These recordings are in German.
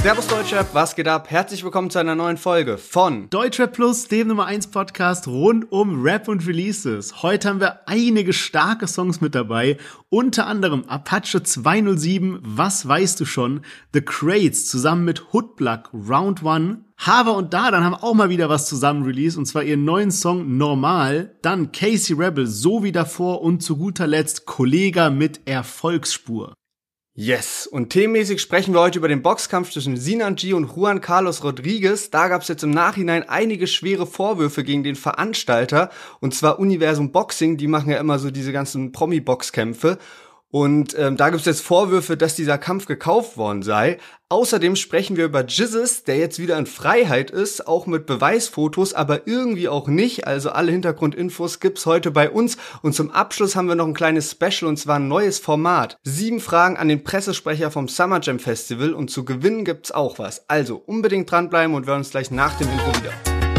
Servus Deutschrap, was geht ab? Herzlich willkommen zu einer neuen Folge von Deutschrap Plus, dem Nummer 1 Podcast rund um Rap und Releases. Heute haben wir einige starke Songs mit dabei, unter anderem Apache 207, Was weißt du schon, The Crates zusammen mit Hoodblock, Round 1, Hava und Dardan haben auch mal wieder was zusammen released, und zwar ihren neuen Song Normal, dann Casey Rebel, So wie davor und zu guter Letzt Kollega mit Erfolgsspur. Yes, und themenmäßig sprechen wir heute über den Boxkampf zwischen Sinan G und Juan Carlos Rodriguez. Da gab es jetzt im Nachhinein einige schwere Vorwürfe gegen den Veranstalter, und zwar Universum Boxing, die machen ja immer so diese ganzen Promi-Boxkämpfe. Und da gibt es jetzt Vorwürfe, dass dieser Kampf gekauft worden sei. Außerdem sprechen wir über Jizzes, der jetzt wieder in Freiheit ist, auch mit Beweisfotos, aber irgendwie auch nicht. Also alle Hintergrundinfos gibt's heute bei uns. Und zum Abschluss haben wir noch ein kleines Special, und zwar ein neues Format. 7 Fragen an den Pressesprecher vom Summer Jam Festival, und zu gewinnen gibt's auch was. Also unbedingt dranbleiben und wir hören uns gleich nach dem Intro wieder.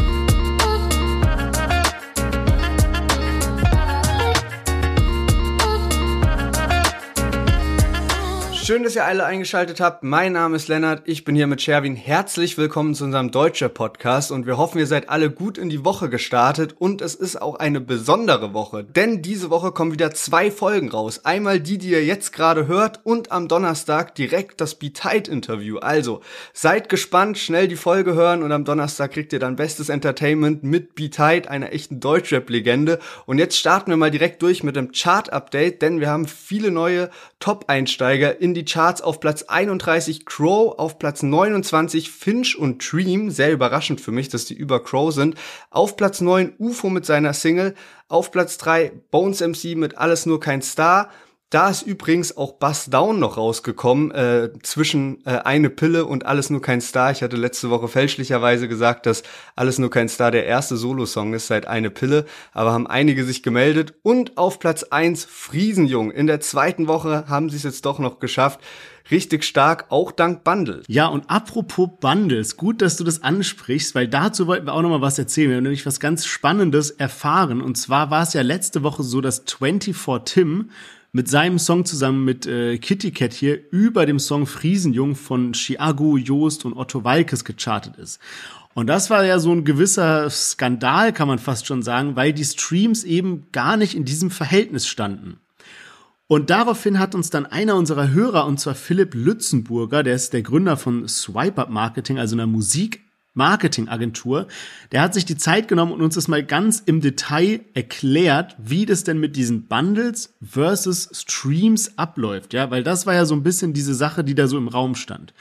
Schön, dass ihr alle eingeschaltet habt. Mein Name ist Lennart, ich bin hier mit Sherwin. Herzlich willkommen zu unserem Deutschrap-Podcast, und wir hoffen, ihr seid alle gut in die Woche gestartet, und es ist auch eine besondere Woche, denn diese Woche kommen wieder 2 Folgen raus. Einmal die ihr jetzt gerade hört, und am Donnerstag direkt das Be-Tight-Interview. Also seid gespannt, schnell die Folge hören, und am Donnerstag kriegt ihr dann bestes Entertainment mit Be-Tight, einer echten Deutschrap-Legende. Und jetzt starten wir mal direkt durch mit dem Chart-Update, denn wir haben viele neue Top-Einsteiger in die Charts. Auf Platz 31 Crow, auf Platz 29 Finch und Dream, sehr überraschend für mich, dass die über Crow sind. Auf Platz 9 UFO mit seiner Single, auf Platz 3 Bones MC mit Alles nur kein Star. Da ist übrigens auch Buzz Down noch rausgekommen, zwischen Eine Pille und Alles nur kein Star. Ich hatte letzte Woche fälschlicherweise gesagt, dass Alles nur kein Star der erste Solosong ist seit Eine Pille, aber haben einige sich gemeldet. Und auf Platz 1 Friesenjung. In der zweiten Woche haben sie es jetzt doch noch geschafft. Richtig stark, auch dank Bundles. Ja, und apropos Bundles, gut, dass du das ansprichst, weil dazu wollten wir auch noch mal was erzählen. Wir haben nämlich was ganz Spannendes erfahren, und zwar war es ja letzte Woche so, dass 24 Tim mit seinem Song zusammen mit Kitty Cat hier über dem Song Friesenjung von Chiago, Joost und Otto Waalkes gechartet ist. Und das war ja so ein gewisser Skandal, kann man fast schon sagen, weil die Streams eben gar nicht in diesem Verhältnis standen. Und daraufhin hat uns dann einer unserer Hörer, und zwar Philipp Lützenburger, der ist der Gründer von Swipe Up Marketing, also einer Musikmarketingagentur, der hat sich die Zeit genommen und uns das mal ganz im Detail erklärt, wie das denn mit diesen Bundles versus Streams abläuft, ja, weil das war ja so ein bisschen diese Sache, die da so im Raum stand.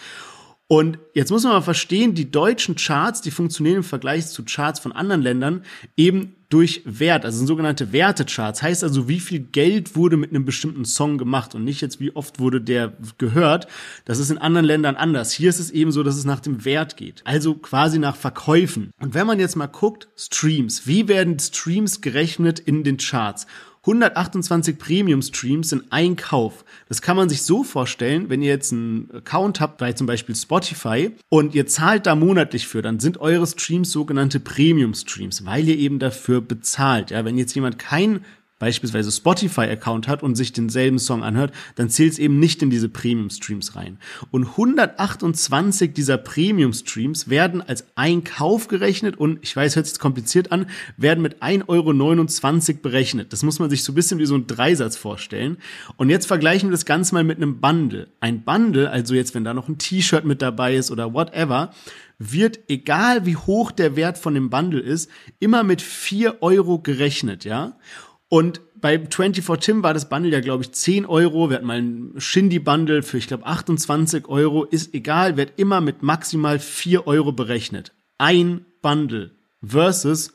Und jetzt muss man mal verstehen, die deutschen Charts, die funktionieren im Vergleich zu Charts von anderen Ländern eben durch Wert, also sind sogenannte Wertecharts. Heißt also, wie viel Geld wurde mit einem bestimmten Song gemacht und nicht jetzt, wie oft wurde der gehört. Das ist in anderen Ländern anders. Hier ist es eben so, dass es nach dem Wert geht. Also quasi nach Verkäufen. Und wenn man jetzt mal guckt, Streams. Wie werden Streams gerechnet in den Charts? 128 Premium-Streams sind ein Kauf. Das kann man sich so vorstellen, wenn ihr jetzt einen Account habt bei zum Beispiel Spotify und ihr zahlt da monatlich für, dann sind eure Streams sogenannte Premium-Streams, weil ihr eben dafür bezahlt. Ja, wenn jetzt jemand kein beispielsweise Spotify-Account hat und sich denselben Song anhört, dann zählt es eben nicht in diese Premium-Streams rein. Und 128 dieser Premium-Streams werden als ein Kauf gerechnet und, ich weiß, hört sich kompliziert an, werden mit 1,29 € berechnet. Das muss man sich so ein bisschen wie so ein Dreisatz vorstellen. Und jetzt vergleichen wir das Ganze mal mit einem Bundle. Ein Bundle, also jetzt, wenn da noch ein T-Shirt mit dabei ist oder whatever, wird, egal wie hoch der Wert von dem Bundle ist, immer mit 4 € gerechnet, ja. Und bei 24 Tim war das Bundle ja, glaube ich, 10 €. Wir hatten mal ein Shindy-Bundle für, ich glaube, 28 €. Ist egal, wird immer mit maximal 4 € berechnet. Ein Bundle versus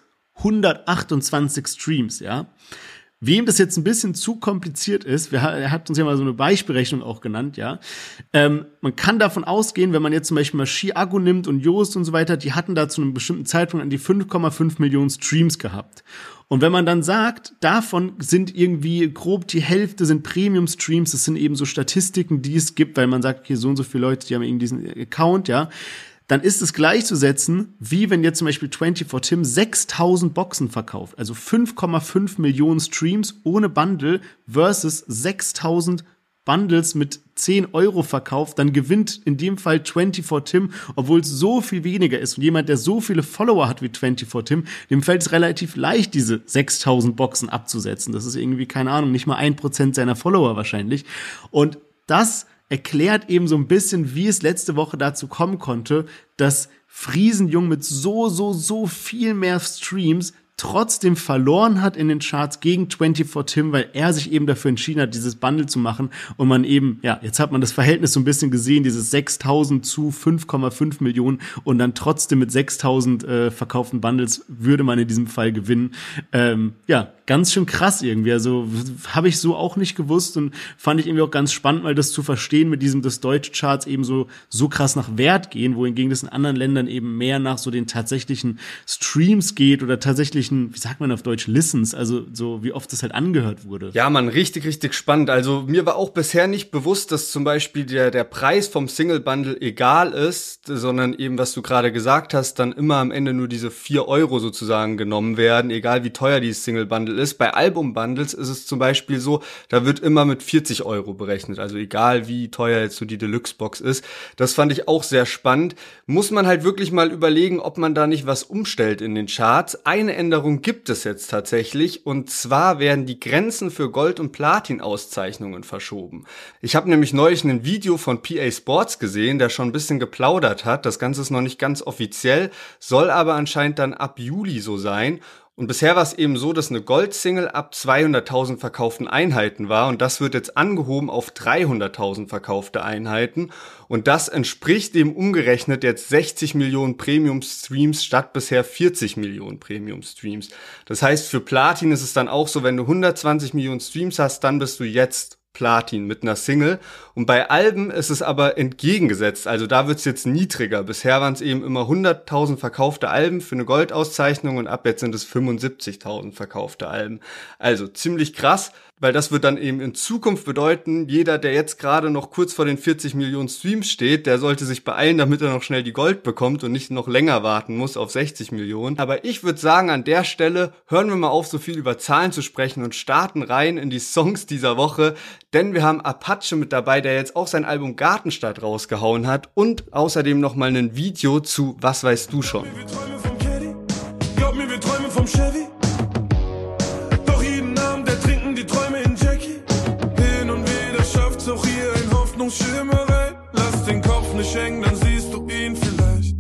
128 Streams, ja. Wem das jetzt ein bisschen zu kompliziert ist, er hat uns ja mal so eine Beispielrechnung auch genannt, ja. Man kann davon ausgehen, wenn man jetzt zum Beispiel mal Chiago nimmt und Joost und so weiter, die hatten da zu einem bestimmten Zeitpunkt an die 5,5 Millionen Streams gehabt. Und wenn man dann sagt, davon sind irgendwie grob die Hälfte sind Premium-Streams, das sind eben so Statistiken, die es gibt, weil man sagt, okay, so und so viele Leute, die haben eben diesen Account, ja, dann ist es gleichzusetzen, wie wenn jetzt zum Beispiel 24 Tim 6.000 Boxen verkauft, also 5,5 Millionen Streams ohne Bundle versus 6.000 Bundles mit 10 € verkauft, dann gewinnt in dem Fall 24 Tim, obwohl es so viel weniger ist. Und jemand, der so viele Follower hat wie 24 Tim, dem fällt es relativ leicht, diese 6000 Boxen abzusetzen. Das ist irgendwie, keine Ahnung, nicht mal 1% seiner Follower wahrscheinlich. Und das erklärt eben so ein bisschen, wie es letzte Woche dazu kommen konnte, dass Friesenjung mit so viel mehr Streams trotzdem verloren hat in den Charts gegen 24 Tim, weil er sich eben dafür entschieden hat, dieses Bundle zu machen und man eben, ja, jetzt hat man das Verhältnis so ein bisschen gesehen, dieses 6.000 zu 5,5 Millionen und dann trotzdem mit 6.000 verkauften Bundles würde man in diesem Fall gewinnen. Ja, ganz schön krass irgendwie, also habe ich so auch nicht gewusst und fand ich irgendwie auch ganz spannend, mal das zu verstehen mit diesem, dass deutsche Charts eben so krass nach Wert gehen, wohingegen das in anderen Ländern eben mehr nach so den tatsächlichen Streams geht oder tatsächlichen, wie sagt man auf Deutsch, Listens, also so wie oft das halt angehört wurde. Ja, Mann, richtig spannend. Also mir war auch bisher nicht bewusst, dass zum Beispiel der Preis vom Single-Bundle egal ist, sondern eben, was du gerade gesagt hast, dann immer am Ende nur diese 4 € sozusagen genommen werden, egal wie teuer dieses Single-Bundle ist. Bei Album-Bundles ist es zum Beispiel so, da wird immer mit 40 € berechnet, also egal wie teuer jetzt so die Deluxe-Box ist. Das fand ich auch sehr spannend. Muss man halt wirklich mal überlegen, ob man da nicht was umstellt in den Charts. Eine Änderung gibt es jetzt tatsächlich, und zwar werden die Grenzen für Gold- und Platin-Auszeichnungen verschoben. Ich habe nämlich neulich ein Video von PA Sports gesehen, der schon ein bisschen geplaudert hat. Das Ganze ist noch nicht ganz offiziell, soll aber anscheinend dann ab Juli so sein. Und bisher war es eben so, dass eine Gold-Single ab 200.000 verkauften Einheiten war, und das wird jetzt angehoben auf 300.000 verkaufte Einheiten, und das entspricht dem umgerechnet jetzt 60 Millionen Premium-Streams statt bisher 40 Millionen Premium-Streams. Das heißt, für Platin ist es dann auch so, wenn du 120 Millionen Streams hast, dann bist du jetzt Platin mit einer Single. Und bei Alben ist es aber entgegengesetzt, also da wird's jetzt niedriger. Bisher waren es eben immer 100.000 verkaufte Alben für eine Goldauszeichnung und ab jetzt sind es 75.000 verkaufte Alben. Also ziemlich krass, weil das wird dann eben in Zukunft bedeuten, jeder, der jetzt gerade noch kurz vor den 40 Millionen Streams steht, der sollte sich beeilen, damit er noch schnell die Gold bekommt und nicht noch länger warten muss auf 60 Millionen. Aber ich würde sagen, an der Stelle hören wir mal auf, so viel über Zahlen zu sprechen und starten rein in die Songs dieser Woche, denn wir haben Apache mit dabei, der jetzt auch sein Album Gartenstadt rausgehauen hat, und außerdem nochmal ein Video zu Was weißt du schon? Wir träumen vom Caddy, glaub mir, wir träumen vom Chevy. Doch jeden Abend ertrinken die Träume in Jackie. Hin und wieder schafft's auch hier ein Hoffnungsschimmerei. Lass den Kopf nicht hängen, dann siehst du ihn vielleicht.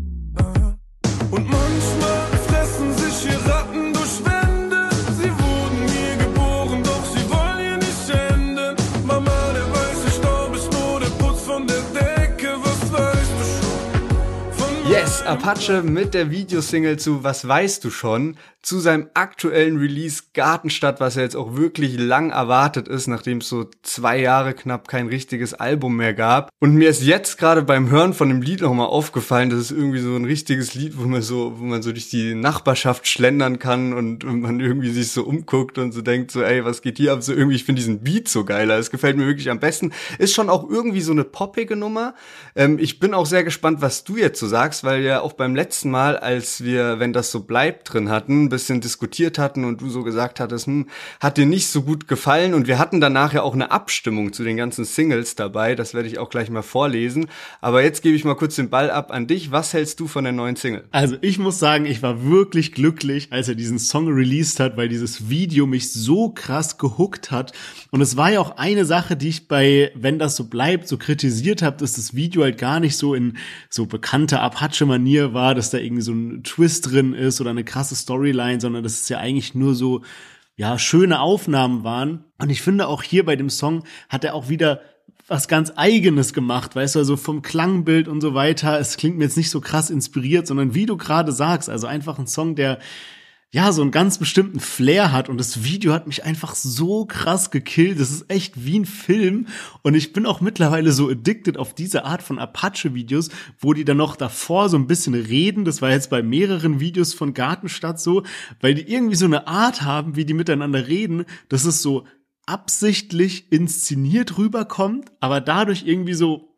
Und manchmal fressen sich hier Ratten durch Wände. Sie wurden hier geboren, doch sie wollen hier nicht enden. Mama, der weiße Staub ist nur der Putz von der Decke. Was weißt du schon? Yes, Apache mit der Videosingle zu Was weißt du schon? Zu seinem aktuellen Release Gartenstadt, was ja jetzt auch wirklich lang erwartet ist, nachdem es so 2 Jahre knapp kein richtiges Album mehr gab. Und mir ist jetzt gerade beim Hören von dem Lied nochmal aufgefallen, dass es irgendwie so ein richtiges Lied, wo man so durch die Nachbarschaft schlendern kann und man irgendwie sich so umguckt und so denkt so, ey, was geht hier ab? So irgendwie, ich finde diesen Beat so geil. Es gefällt mir wirklich am besten. Ist schon auch irgendwie so eine poppige Nummer. Ich bin auch sehr gespannt, was du jetzt so sagst, weil ja auch beim letzten Mal, als wir Wenn das so bleibt drin hatten, bisschen diskutiert hatten und du so gesagt hattest, hat dir nicht so gut gefallen, und wir hatten danach ja auch eine Abstimmung zu den ganzen Singles dabei, das werde ich auch gleich mal vorlesen, aber jetzt gebe ich mal kurz den Ball ab an dich. Was hältst du von der neuen Single? Also ich muss sagen, ich war wirklich glücklich, als er diesen Song released hat, weil dieses Video mich so krass gehuckt hat, und es war ja auch eine Sache, die ich bei Wenn das so bleibt so kritisiert habe, dass das Video halt gar nicht so in so bekannter Apache-Manier war, dass da irgendwie so ein Twist drin ist oder eine krasse Storyline, sondern dass es ja eigentlich nur so, ja, schöne Aufnahmen waren. Und ich finde auch hier bei dem Song hat er auch wieder was ganz Eigenes gemacht, weißt du, also vom Klangbild und so weiter. Es klingt mir jetzt nicht so krass inspiriert, sondern wie du gerade sagst, also einfach ein Song, der ja so einen ganz bestimmten Flair hat, und das Video hat mich einfach so krass gekillt. Das ist echt wie ein Film, und ich bin auch mittlerweile so addicted auf diese Art von Apache-Videos, wo die dann noch davor so ein bisschen reden. Das war jetzt bei mehreren Videos von Gartenstadt so, weil die irgendwie so eine Art haben, wie die miteinander reden, dass es so absichtlich inszeniert rüberkommt, aber dadurch irgendwie so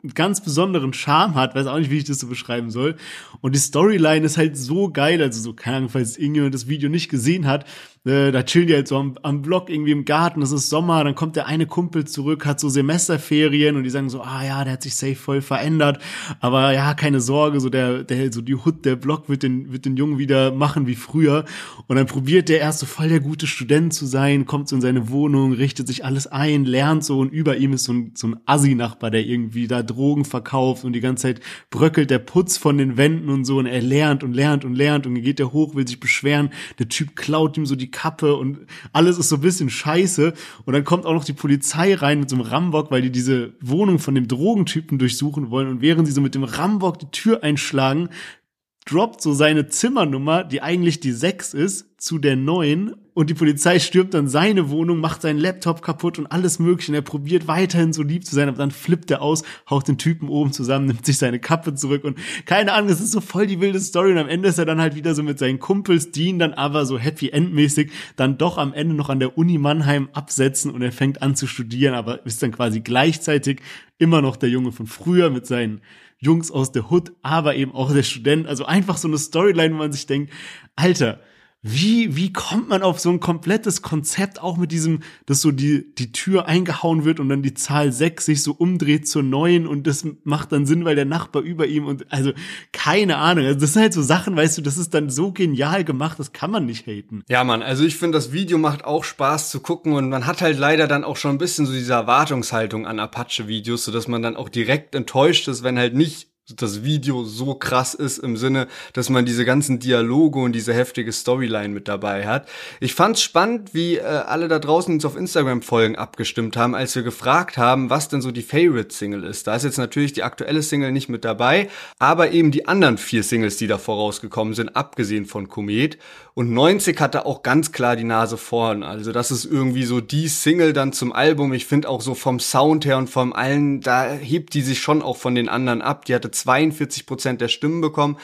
einen ganz besonderen Charme hat, weiß auch nicht, wie ich das so beschreiben soll. Und die Storyline ist halt so geil, also so, keine Ahnung, falls irgendjemand das Video nicht gesehen hat, da chillen die halt so am Block irgendwie im Garten, es ist Sommer, dann kommt der eine Kumpel zurück, hat so Semesterferien und die sagen so, ja, der hat sich safe voll verändert, aber ja, keine Sorge, so so die Hood, der Block wird den Jungen wieder machen wie früher. Und dann probiert der erst so voll der gute Student zu sein, kommt so in seine Wohnung, richtet sich alles ein, lernt so und über ihm ist so ein Assi-Nachbar, der irgendwie da Drogen verkauft und die ganze Zeit bröckelt der Putz von den Wänden und so und er lernt und lernt und lernt und dann geht der hoch, will sich beschweren, der Typ klaut ihm so die Kappe und alles ist so ein bisschen scheiße und dann kommt auch noch die Polizei rein mit so einem Rambock, weil die diese Wohnung von dem Drogentypen durchsuchen wollen und während sie so mit dem Rambock die Tür einschlagen, droppt so seine Zimmernummer, die eigentlich die 6 ist, zu der 9 und die Polizei stürmt dann seine Wohnung, macht seinen Laptop kaputt und alles mögliche und er probiert weiterhin so lieb zu sein, aber dann flippt er aus, haut den Typen oben zusammen, nimmt sich seine Kappe zurück und keine Ahnung, das ist so voll die wilde Story und am Ende ist er dann halt wieder so mit seinen Kumpels, die ihn dann aber so Happy-End-mäßig dann doch am Ende noch an der Uni Mannheim absetzen und er fängt an zu studieren, aber ist dann quasi gleichzeitig immer noch der Junge von früher mit seinen Jungs aus der Hood, aber eben auch der Student. Also einfach so eine Storyline, wo man sich denkt, Alter, wie kommt man auf so ein komplettes Konzept, auch mit diesem, dass so die Tür eingehauen wird und dann die Zahl 6 sich so umdreht zur 9 und das macht dann Sinn, weil der Nachbar über ihm und also keine Ahnung. Also das sind halt so Sachen, weißt du, das ist dann so genial gemacht, das kann man nicht haten. Ja, Mann, also ich finde, das Video macht auch Spaß zu gucken und man hat halt leider dann auch schon ein bisschen so diese Erwartungshaltung an Apache-Videos, sodass man dann auch direkt enttäuscht ist, wenn halt nicht das Video so krass ist im Sinne, dass man diese ganzen Dialoge und diese heftige Storyline mit dabei hat. Ich fand's spannend, wie alle da draußen uns auf Instagram folgen abgestimmt haben, als wir gefragt haben, was denn so die Favorite-Single ist. Da ist jetzt natürlich die aktuelle Single nicht mit dabei, aber eben die anderen 4 Singles, die da vorausgekommen sind, abgesehen von Komet. Und 90 hatte auch ganz klar die Nase vorn. Also das ist irgendwie so die Single dann zum Album. Ich finde auch so vom Sound her und vom allen, da hebt die sich schon auch von den anderen ab. Die hatte 42% der Stimmen bekommen,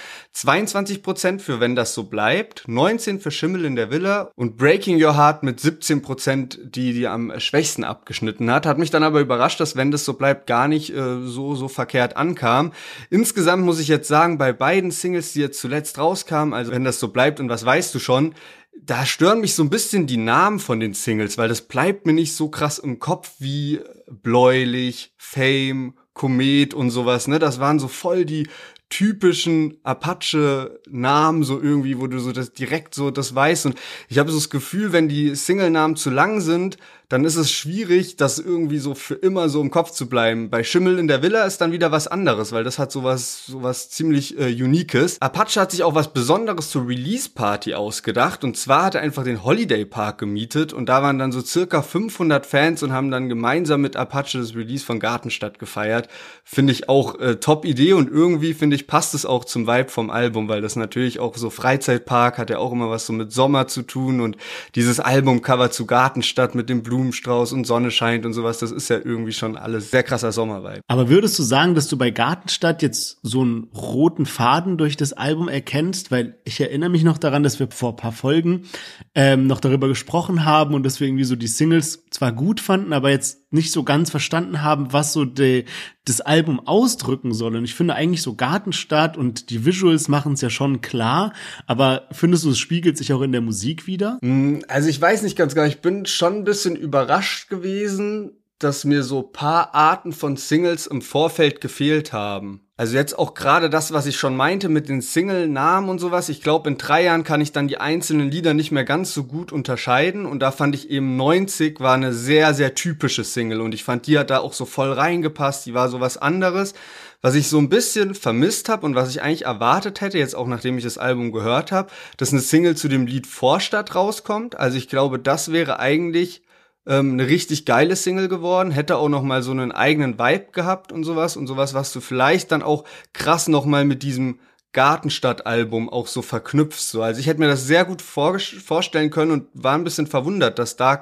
22% für Wenn das so bleibt, 19% für Schimmel in der Villa und Breaking Your Heart mit 17%, die am schwächsten abgeschnitten hat. Hat mich dann aber überrascht, dass Wenn das so bleibt gar nicht so verkehrt ankam. Insgesamt muss ich jetzt sagen, bei beiden Singles, die jetzt zuletzt rauskamen, also Wenn das so bleibt und Was weißt du schon, da stören mich so ein bisschen die Namen von den Singles, weil das bleibt mir nicht so krass im Kopf wie Bläulich, Fame, Komet und sowas, ne? Das waren so voll die typischen Apache-Namen so irgendwie, wo du so das direkt so das weißt. Und ich habe so das Gefühl, wenn die Single-Namen zu lang sind, dann ist es schwierig, das irgendwie so für immer so im Kopf zu bleiben. Bei Schimmel in der Villa ist dann wieder was anderes, weil das hat sowas ziemlich Uniques. Apache hat sich auch was Besonderes zur Release-Party ausgedacht und zwar hat er einfach den Holiday Park gemietet und da waren dann so circa 500 Fans und haben dann gemeinsam mit Apache das Release von Gartenstadt gefeiert. Finde ich auch Top-Idee und irgendwie, finde ich, passt es auch zum Vibe vom Album, weil das natürlich auch so Freizeitpark hat ja auch immer was so mit Sommer zu tun und dieses Albumcover zu Gartenstadt mit dem Blumenstrauß und Sonne scheint und sowas, das ist ja irgendwie schon alles sehr krasser Sommervibe. Aber würdest du sagen, dass du bei Gartenstadt jetzt so einen roten Faden durch das Album erkennst? Weil ich erinnere mich noch daran, dass wir vor ein paar Folgen noch darüber gesprochen haben und dass wir irgendwie so die Singles zwar gut fanden, aber jetzt nicht so ganz verstanden haben, was so das Album ausdrücken soll. Und ich finde eigentlich so Gartenstadt und die Visuals machen es ja schon klar, aber findest du, es spiegelt sich auch in der Musik wieder? Also ich weiß nicht ganz genau, ich bin schon ein bisschen überrascht gewesen, dass mir so paar Arten von Singles im Vorfeld gefehlt haben. Also jetzt auch gerade das, was ich schon meinte mit den Single-Namen und sowas. Ich glaube, in 3 Jahren kann ich dann die einzelnen Lieder nicht mehr ganz so gut unterscheiden. Und da fand ich eben 90 war eine sehr, sehr typische Single. Und ich fand, die hat da auch so voll reingepasst. Die war so was anderes. Was ich so ein bisschen vermisst habe und was ich eigentlich erwartet hätte, jetzt auch nachdem ich das Album gehört habe, dass eine Single zu dem Lied Vorstadt rauskommt. Also ich glaube, das wäre eigentlich eine richtig geile Single geworden, hätte auch noch mal so einen eigenen Vibe gehabt und sowas, was du vielleicht dann auch krass noch mal mit diesem Gartenstadt-Album auch so verknüpft. So. Also ich hätte mir das sehr gut vorstellen können und war ein bisschen verwundert, dass da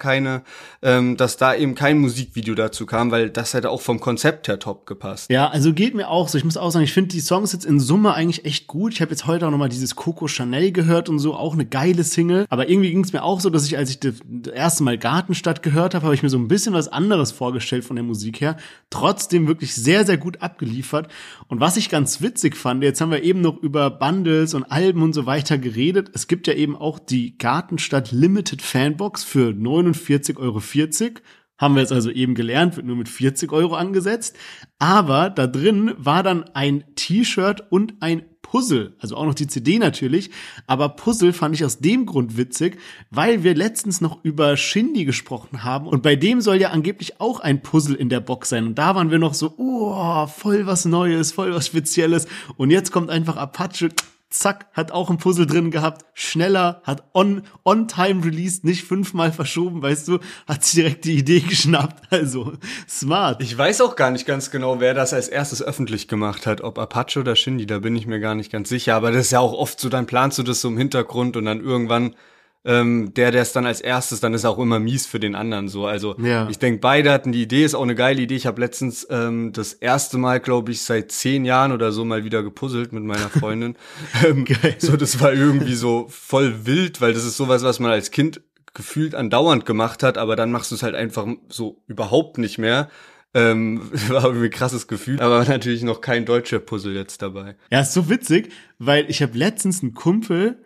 eben kein Musikvideo dazu kam, weil das hätte auch vom Konzept her top gepasst. Ja, also geht mir auch so. Ich muss auch sagen, ich finde die Songs jetzt in Summe eigentlich echt gut. Ich habe jetzt heute auch nochmal dieses Coco Chanel gehört und so, auch eine geile Single. Aber irgendwie ging es mir auch so, dass als ich das erste Mal Gartenstadt gehört habe, habe ich mir so ein bisschen was anderes vorgestellt von der Musik her. Trotzdem wirklich sehr, sehr gut abgeliefert. Und was ich ganz witzig fand, jetzt haben wir eben noch über Bundles und Alben und so weiter geredet. Es gibt ja eben auch die Gartenstadt Limited Fanbox für 49,40 €. Haben wir jetzt also eben gelernt, wird nur mit 40 € angesetzt. Aber da drin war dann ein T-Shirt und ein Puzzle, also auch noch die CD natürlich, aber Puzzle fand ich aus dem Grund witzig, weil wir letztens noch über Shindy gesprochen haben und bei dem soll ja angeblich auch ein Puzzle in der Box sein und da waren wir noch so, voll was Neues, voll was Spezielles und jetzt kommt einfach Apache, zack, hat auch ein Puzzle drin gehabt, schneller, hat on-time released, nicht 5-mal verschoben, weißt du, hat sich direkt die Idee geschnappt, also smart. Ich weiß auch gar nicht ganz genau, wer das als erstes öffentlich gemacht hat, ob Apache oder Shindy, da bin ich mir gar nicht ganz sicher, aber das ist ja auch oft so, dann planst du das so im Hintergrund und dann irgendwann der es dann als erstes, dann ist auch immer mies für den anderen so. Also Ich denke, beide hatten die Idee, ist auch eine geile Idee. Ich habe letztens das erste Mal, glaube ich, seit 10 Jahren oder so mal wieder gepuzzelt mit meiner Freundin. So, das war irgendwie so voll wild, weil das ist sowas, was man als Kind gefühlt andauernd gemacht hat, aber dann machst du es halt einfach so überhaupt nicht mehr. War irgendwie ein krasses Gefühl, aber natürlich noch kein deutscher Puzzle jetzt dabei. Ja, ist so witzig, weil ich habe letztens einen Kumpel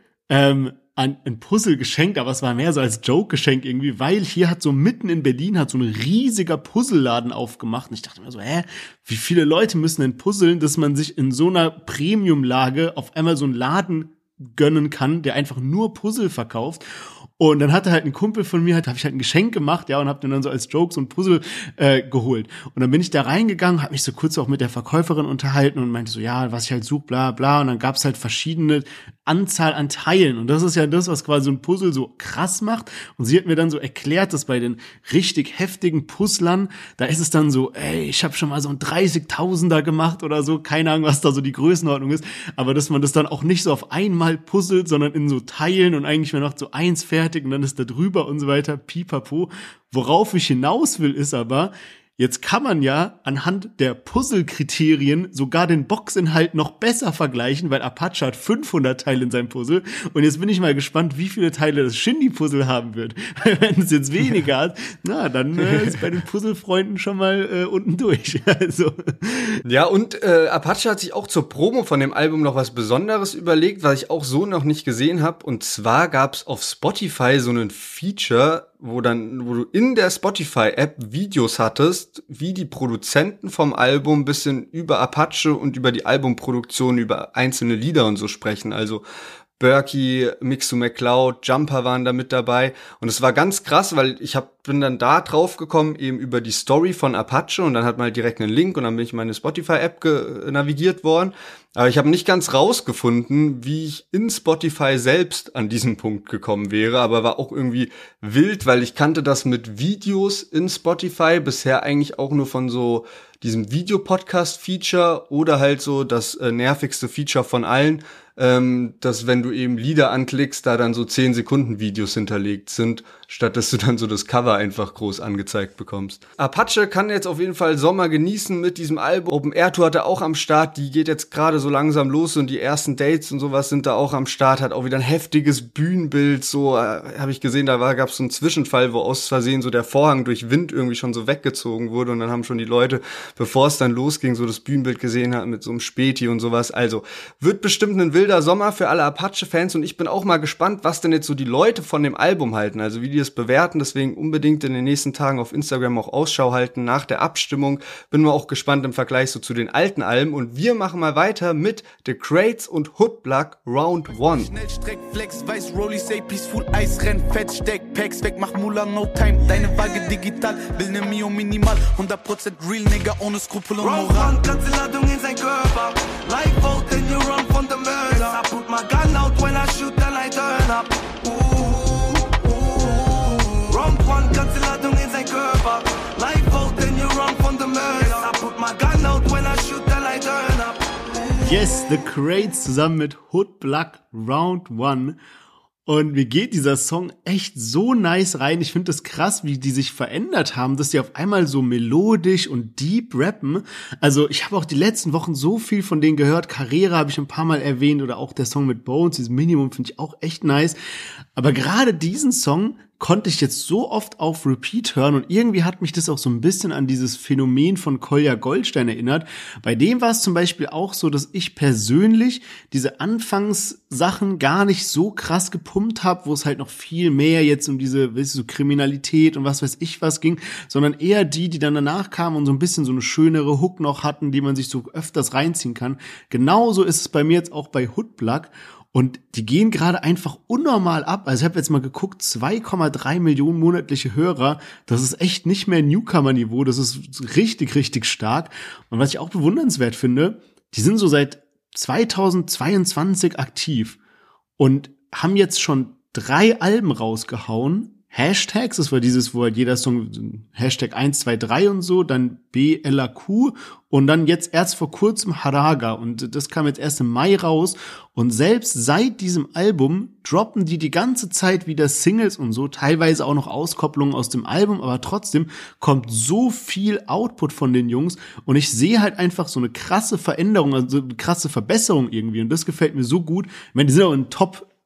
ein Puzzle geschenkt, aber es war mehr so als Joke-Geschenk irgendwie, weil hier hat so mitten in Berlin hat so ein riesiger Puzzelladen aufgemacht und ich dachte mir so, wie viele Leute müssen denn puzzeln, dass man sich in so einer Premium-Lage auf einmal so einen Laden gönnen kann, der einfach nur Puzzle verkauft. Und dann hatte halt ein Kumpel von mir, habe ich halt ein Geschenk gemacht, ja, und hab den dann so als Joke so ein Puzzle geholt. Und dann bin ich da reingegangen, habe mich so kurz auch mit der Verkäuferin unterhalten und meinte so, ja, was ich halt suche, bla bla. Und dann gab's halt verschiedene Anzahl an Teilen. Und das ist ja das, was quasi so ein Puzzle so krass macht. Und sie hat mir dann so erklärt, dass bei den richtig heftigen Puzzlern, da ist es dann so, ich habe schon mal so ein 30.000er gemacht oder so, keine Ahnung, was da so die Größenordnung ist. Aber dass man das dann auch nicht so auf einmal puzzelt, sondern in so Teilen und eigentlich nur noch so eins fertig und dann ist da drüber und so weiter, pipapo. Worauf ich hinaus will, ist aber, jetzt kann man ja anhand der Puzzle-Kriterien sogar den Boxinhalt noch besser vergleichen, weil Apache hat 500 Teile in seinem Puzzle und jetzt bin ich mal gespannt, wie viele Teile das Shindy-Puzzle haben wird. Wenn es jetzt weniger hat, dann ist bei den Puzzle-Freunden schon mal unten durch. Also. Ja, und Apache hat sich auch zur Promo von dem Album noch was Besonderes überlegt, was ich auch so noch nicht gesehen habe. Und zwar gab's auf Spotify so einen Feature, wo du in der Spotify-App Videos hattest, wie die Produzenten vom Album ein bisschen über Apache und über die Albumproduktion, über einzelne Lieder und so sprechen. Also Berkey, Mixu McCloud, Jumper waren da mit dabei. Und es war ganz krass, weil bin dann da drauf gekommen, eben über die Story von Apache und dann hat man halt direkt einen Link und dann bin ich in meine Spotify-App navigiert worden. Aber ich habe nicht ganz rausgefunden, wie ich in Spotify selbst an diesen Punkt gekommen wäre, aber war auch irgendwie wild, weil ich kannte das mit Videos in Spotify bisher eigentlich auch nur von so diesem Videopodcast-Feature oder halt so das nervigste Feature von allen, dass wenn du eben Lieder anklickst, da dann so 10-Sekunden-Videos hinterlegt sind, statt dass du dann so das Cover einfach groß angezeigt bekommst. Apache kann jetzt auf jeden Fall Sommer genießen mit diesem Album. Open Air Tour hat er auch am Start, die geht jetzt gerade so langsam los und die ersten Dates und sowas sind da auch am Start, hat auch wieder ein heftiges Bühnenbild, so habe ich gesehen, gab es so einen Zwischenfall, wo aus Versehen so der Vorhang durch Wind irgendwie schon so weggezogen wurde und dann haben schon die Leute, bevor es dann losging, so das Bühnenbild gesehen hat mit so einem Späti und sowas. Also wird bestimmt ein wilder Sommer für alle Apache-Fans und ich bin auch mal gespannt, was denn jetzt so die Leute von dem Album halten, also wie die es bewerten, deswegen unbedingt in den nächsten Tagen auf Instagram auch Ausschau halten nach der Abstimmung. Bin mal auch gespannt im Vergleich so zu den alten Alben und wir machen mal weiter mit The Crates und Hoodblock Round 1. Schnellstreck, Flex, weiß, Rolli, say, peaceful, Eis, renn, fett, steck, Packs weg, mach Mula, no time, deine Waage digital, will ne Mio minimal, 100% real, Nigga, ohne Skrupel und Moral. Ganze Ladung in sein Körper, like vote, then you run from the murder. I put my gun out when I shoot, then I turn up. Round 1, ganze Ladung in sein Körper, like vote, then you run from the murder. I put my gun out when I shoot, then I turn up. Yes, The Crates zusammen mit Hood Black Round 1. Und mir geht dieser Song echt so nice rein. Ich finde das krass, wie die sich verändert haben, dass die auf einmal so melodisch und deep rappen. Also ich habe auch die letzten Wochen so viel von denen gehört. Carrera habe ich ein paar Mal erwähnt oder auch der Song mit Bones, dieses Minimum finde ich auch echt nice. Aber gerade diesen Song konnte ich jetzt so oft auf Repeat hören und irgendwie hat mich das auch so ein bisschen an dieses Phänomen von Kolja Goldstein erinnert. Bei dem war es zum Beispiel auch so, dass ich persönlich diese Anfangssachen gar nicht so krass gepumpt habe, wo es halt noch viel mehr jetzt um diese, weißt du, so Kriminalität und was weiß ich was ging, sondern eher die dann danach kamen und so ein bisschen so eine schönere Hook noch hatten, die man sich so öfters reinziehen kann. Genauso ist es bei mir jetzt auch bei Hood Black. Und die gehen gerade einfach unnormal ab. Also ich habe jetzt mal geguckt, 2,3 Millionen monatliche Hörer. Das ist echt nicht mehr Newcomer-Niveau. Das ist richtig, richtig stark. Und was ich auch bewundernswert finde, die sind so seit 2022 aktiv und haben jetzt schon 3 Alben rausgehauen. Hashtags, das war dieses, wo halt jeder Song Hashtag 1, 2, 3 und so, dann BLAQ und dann jetzt erst vor kurzem Haraga und das kam jetzt erst im Mai raus und selbst seit diesem Album droppen die ganze Zeit wieder Singles und so, teilweise auch noch Auskopplungen aus dem Album, aber trotzdem kommt so viel Output von den Jungs und ich sehe halt einfach so eine krasse Veränderung, also eine krasse Verbesserung irgendwie und das gefällt mir so gut. Ich meine, die sind auch in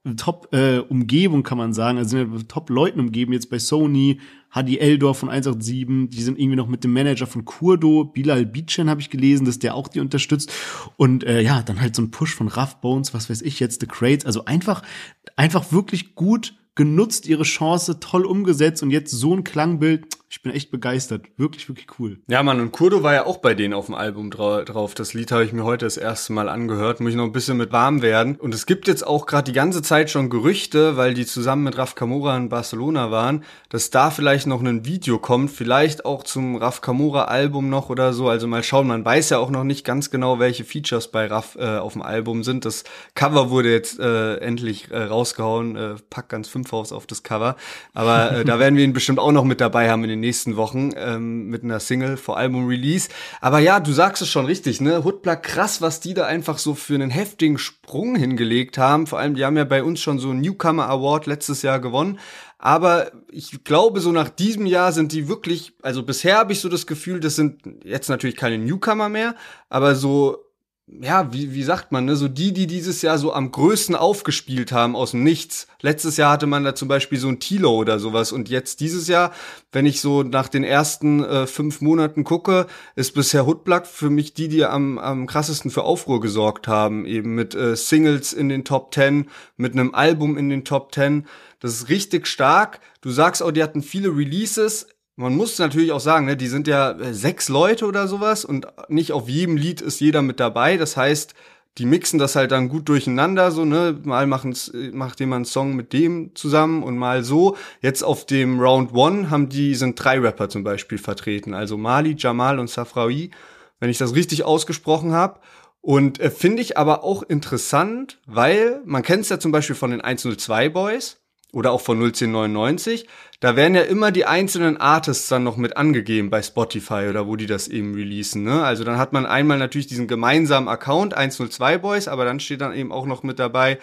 Top-Umgebung, kann man sagen. Also sind ja Top-Leuten umgeben, jetzt bei Sony, Hadi Eldorf von 187, die sind irgendwie noch mit dem Manager von Kurdo, Bilal Bican habe ich gelesen, dass der auch die unterstützt. Und ja, dann halt so ein Push von Rough Bones, was weiß ich jetzt, The Crates. Also einfach wirklich gut genutzt, ihre Chance, toll umgesetzt und jetzt so ein Klangbild. Ich bin echt begeistert. Wirklich, wirklich cool. Ja, Mann, und Kurdo war ja auch bei denen auf dem Album drauf. Das Lied habe ich mir heute das erste Mal angehört. Muss ich noch ein bisschen mit warm werden. Und es gibt jetzt auch gerade die ganze Zeit schon Gerüchte, weil die zusammen mit Raf Camora in Barcelona waren, dass da vielleicht noch ein Video kommt. Vielleicht auch zum Raf Camora Album noch oder so. Also mal schauen, man weiß ja auch noch nicht ganz genau, welche Features bei Raf auf dem Album sind. Das Cover wurde jetzt endlich rausgehauen. Pack ganz 5 Haus auf das Cover. Aber da werden wir ihn bestimmt auch noch mit dabei haben in den nächsten Wochen mit einer Single vor Album-Release. Aber ja, du sagst es schon richtig, ne? Hood Black, krass, was die da einfach so für einen heftigen Sprung hingelegt haben. Vor allem, die haben ja bei uns schon so einen Newcomer Award letztes Jahr gewonnen. Aber ich glaube, so nach diesem Jahr sind die wirklich, also bisher habe ich so das Gefühl, das sind jetzt natürlich keine Newcomer mehr, aber so, ja, wie sagt man, ne, so die dieses Jahr so am größten aufgespielt haben aus dem Nichts. Letztes Jahr hatte man da zum Beispiel so ein Tilo oder sowas und jetzt dieses Jahr, wenn ich so nach den ersten 5 Monaten gucke, ist bisher Hood Black für mich die am krassesten für Aufruhr gesorgt haben, eben mit Singles in den Top 10, mit einem Album in den Top 10. Das ist richtig stark. Du sagst auch, die hatten viele Releases. Man muss natürlich auch sagen, ne, die sind ja 6 Leute oder sowas und nicht auf jedem Lied ist jeder mit dabei. Das heißt, die mixen das halt dann gut durcheinander, so, ne, mal macht jemand einen Song mit dem zusammen und mal so. Jetzt auf dem Round 1 sind 3 Rapper zum Beispiel vertreten, also Mali, Jamal und Safraoui, wenn ich das richtig ausgesprochen habe. Und finde ich aber auch interessant, weil man kennt es ja zum Beispiel von den 102 Boys oder auch von 01099, da werden ja immer die einzelnen Artists dann noch mit angegeben bei Spotify oder wo die das eben releasen, ne? Also dann hat man einmal natürlich diesen gemeinsamen Account 102 Boys, aber dann steht dann eben auch noch mit dabei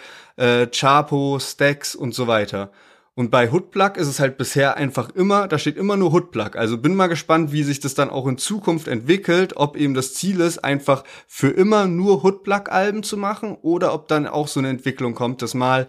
Chapo, Stax und so weiter. Und bei Hood Black ist es halt bisher einfach immer, da steht immer nur Hood Black. Also bin mal gespannt, wie sich das dann auch in Zukunft entwickelt, ob eben das Ziel ist, einfach für immer nur Hood Black Alben zu machen oder ob dann auch so eine Entwicklung kommt, dass mal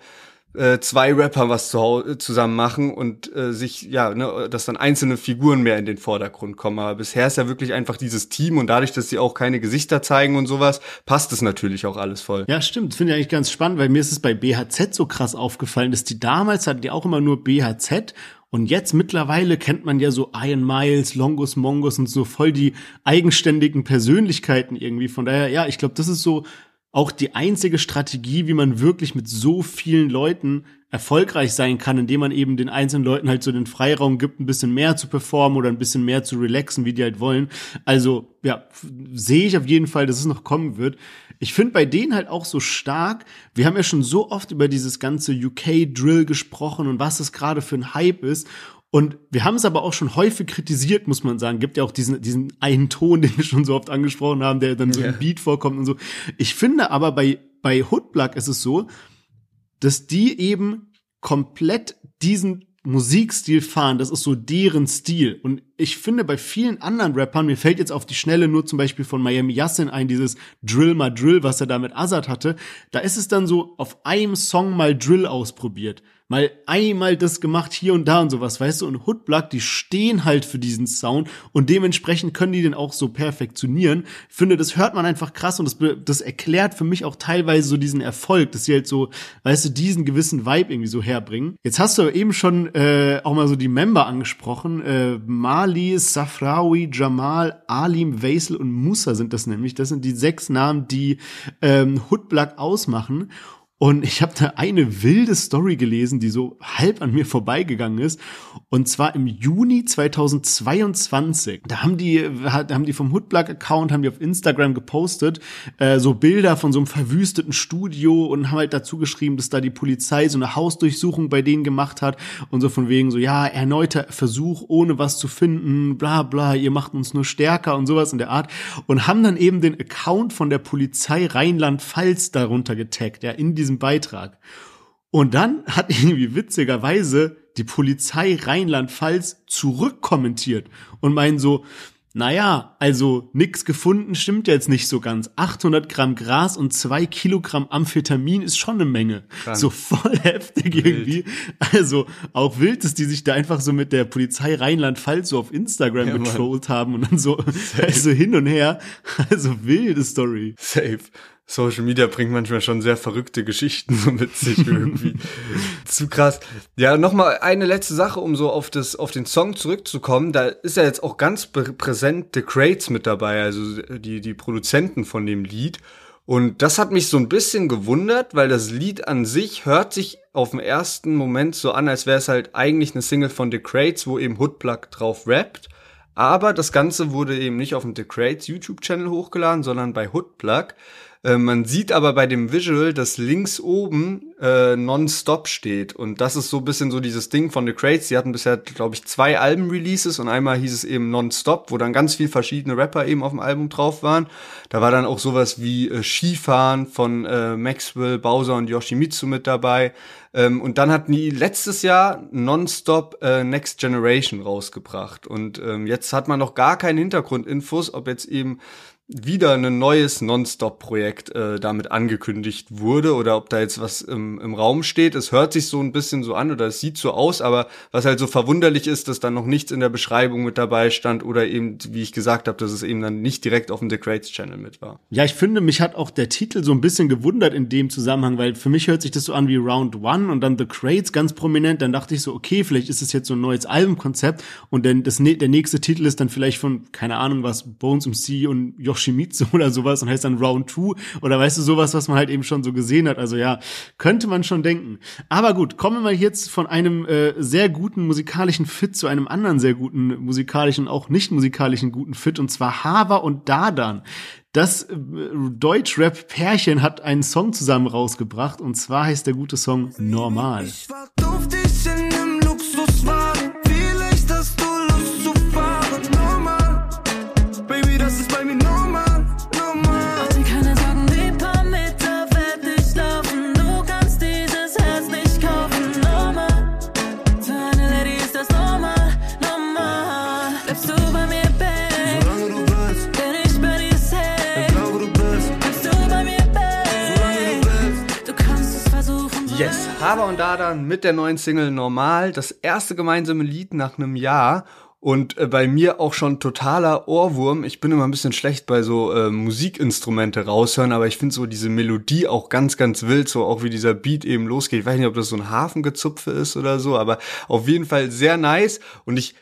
2 Rapper was zusammen machen und dass dann einzelne Figuren mehr in den Vordergrund kommen. Aber bisher ist ja wirklich einfach dieses Team und dadurch, dass sie auch keine Gesichter zeigen und sowas, passt es natürlich auch alles voll. Ja, stimmt. Finde ich eigentlich ganz spannend, weil mir ist es bei BHZ so krass aufgefallen, dass die damals hatten die auch immer nur BHZ und jetzt mittlerweile kennt man ja so Iron Miles, Longus Mongus und so voll die eigenständigen Persönlichkeiten irgendwie. Von daher, ja, ich glaube, das ist so auch die einzige Strategie, wie man wirklich mit so vielen Leuten erfolgreich sein kann, indem man eben den einzelnen Leuten halt so den Freiraum gibt, ein bisschen mehr zu performen oder ein bisschen mehr zu relaxen, wie die halt wollen. Also, ja, sehe ich auf jeden Fall, dass es noch kommen wird. Ich finde bei denen halt auch so stark, wir haben ja schon so oft über dieses ganze UK-Drill gesprochen und was es gerade für ein Hype ist. Und wir haben es aber auch schon häufig kritisiert, muss man sagen. Gibt ja auch diesen einen Ton, den wir schon so oft angesprochen haben, der dann so im Beat vorkommt und so. Ich finde aber bei Hoodplug ist es so, dass die eben komplett diesen Musikstil fahren. Das ist so deren Stil. Und ich finde bei vielen anderen Rappern, mir fällt jetzt auf die Schnelle nur zum Beispiel von Miami Yassin ein, dieses Drill mal Drill, was er da mit Azad hatte, da ist es dann so auf einem Song mal Drill ausprobiert. Mal einmal das gemacht hier und da und sowas, weißt du, und Hoodplug, die stehen halt für diesen Sound und dementsprechend können die den auch so perfektionieren. Ich finde, das hört man einfach krass und das erklärt für mich auch teilweise so diesen Erfolg, dass sie halt so, weißt du, diesen gewissen Vibe irgendwie so herbringen. Jetzt hast du eben schon auch mal so die Member angesprochen, Mali, Safrawi, Jamal, Alim, Vaisel und Musa sind das nämlich. Das sind die 6 Namen, die Hoodplug ausmachen. Und ich habe da eine wilde Story gelesen, die so halb an mir vorbeigegangen ist. Und zwar im Juni 2022. Da haben die vom Hoodplug-Account, haben die auf Instagram gepostet, so Bilder von so einem verwüsteten Studio und haben halt dazu geschrieben, dass da die Polizei so eine Hausdurchsuchung bei denen gemacht hat. Und so von wegen so, ja, erneuter Versuch, ohne was zu finden, bla bla, ihr macht uns nur stärker und sowas in der Art. Und haben dann eben den Account von der Polizei Rheinland-Pfalz darunter getaggt, ja, in diesem Beitrag. Und dann hat irgendwie witzigerweise die Polizei Rheinland-Pfalz zurückkommentiert und meinen so, naja, also nix gefunden stimmt jetzt nicht so ganz. 800 Gramm Gras und 2 Kilogramm Amphetamin ist schon eine Menge. Krank. So voll heftig irgendwie. Also auch wild, dass die sich da einfach so mit der Polizei Rheinland-Pfalz so auf Instagram getrollt haben und dann so also hin und her. Also wilde Story. Safe. Social Media bringt manchmal schon sehr verrückte Geschichten so mit sich irgendwie. Zu krass. Ja, nochmal eine letzte Sache, um so auf den Song zurückzukommen. Da ist ja jetzt auch ganz präsent The Crates mit dabei, also die Produzenten von dem Lied. Und das hat mich so ein bisschen gewundert, weil das Lied an sich hört sich auf den ersten Moment so an, als wäre es halt eigentlich eine Single von The Crates, wo eben Hoodplug drauf rappt. Aber das Ganze wurde eben nicht auf dem The Crates YouTube-Channel hochgeladen, sondern bei Hoodplug. Man sieht aber bei dem Visual, dass links oben Non-Stop steht. Und das ist so ein bisschen so dieses Ding von The Crates. Die hatten bisher, glaube ich, 2 Alben-Releases und einmal hieß es eben Non-Stop, wo dann ganz viel verschiedene Rapper eben auf dem Album drauf waren. Da war dann auch sowas wie Skifahren von Maxwell, Bowser und Yoshimitsu mit dabei. Und dann hatten die letztes Jahr Non-Stop Next Generation rausgebracht. Und jetzt hat man noch gar keine Hintergrundinfos, ob jetzt eben wieder ein neues Non-Stop-Projekt damit angekündigt wurde oder ob da jetzt was im Raum steht. Es hört sich so ein bisschen so an oder es sieht so aus, aber was halt so verwunderlich ist, dass da noch nichts in der Beschreibung mit dabei stand oder eben, wie ich gesagt habe, dass es eben dann nicht direkt auf dem The Crates Channel mit war. Ja, ich finde, mich hat auch der Titel so ein bisschen gewundert in dem Zusammenhang, weil für mich hört sich das so an wie Round 1 und dann The Crates ganz prominent. Dann dachte ich so, okay, vielleicht ist es jetzt so ein neues Albumkonzept und dann der nächste Titel ist dann vielleicht von, keine Ahnung was, Bones MC und Yoshimitsu oder sowas und heißt dann Round 2 oder weißt du, sowas, was man halt eben schon so gesehen hat. Also ja, könnte man schon denken. Aber gut, kommen wir mal jetzt von einem sehr guten musikalischen Fit zu einem anderen sehr guten musikalischen, auch nicht musikalischen guten Fit und zwar Hava und Dadan. Das Deutsch-Rap-Pärchen hat einen Song zusammen rausgebracht und zwar heißt der gute Song Normal. Ich war duftig in nem Luxuswagen, vielleicht hast du Lust zu fahren. Normal, Baby, das ist bei mir normal. Mach dir keine Sorgen, die paar Meter werd ich laufen. Du kannst dieses Herz nicht kaufen. Normal, für eine Lady ist das normal, normal. Bleibst du bei mir, Babe, Solange du willst, bin ich bei dir safe. egal wo du bist, Bleibst du bei mir, solange du Babe, willst. du kannst es versuchen. Yes, Hava und Dadan mit der neuen Single Normal, das erste gemeinsame Lied nach einem Jahr. Und bei mir auch schon totaler Ohrwurm. Ich bin immer ein bisschen schlecht bei so Musikinstrumente raushören, aber ich finde so diese Melodie auch ganz, ganz wild, so auch wie dieser Beat eben losgeht. Ich weiß nicht, ob das so ein Hafengezupfe ist oder so, aber auf jeden Fall sehr nice. Und ich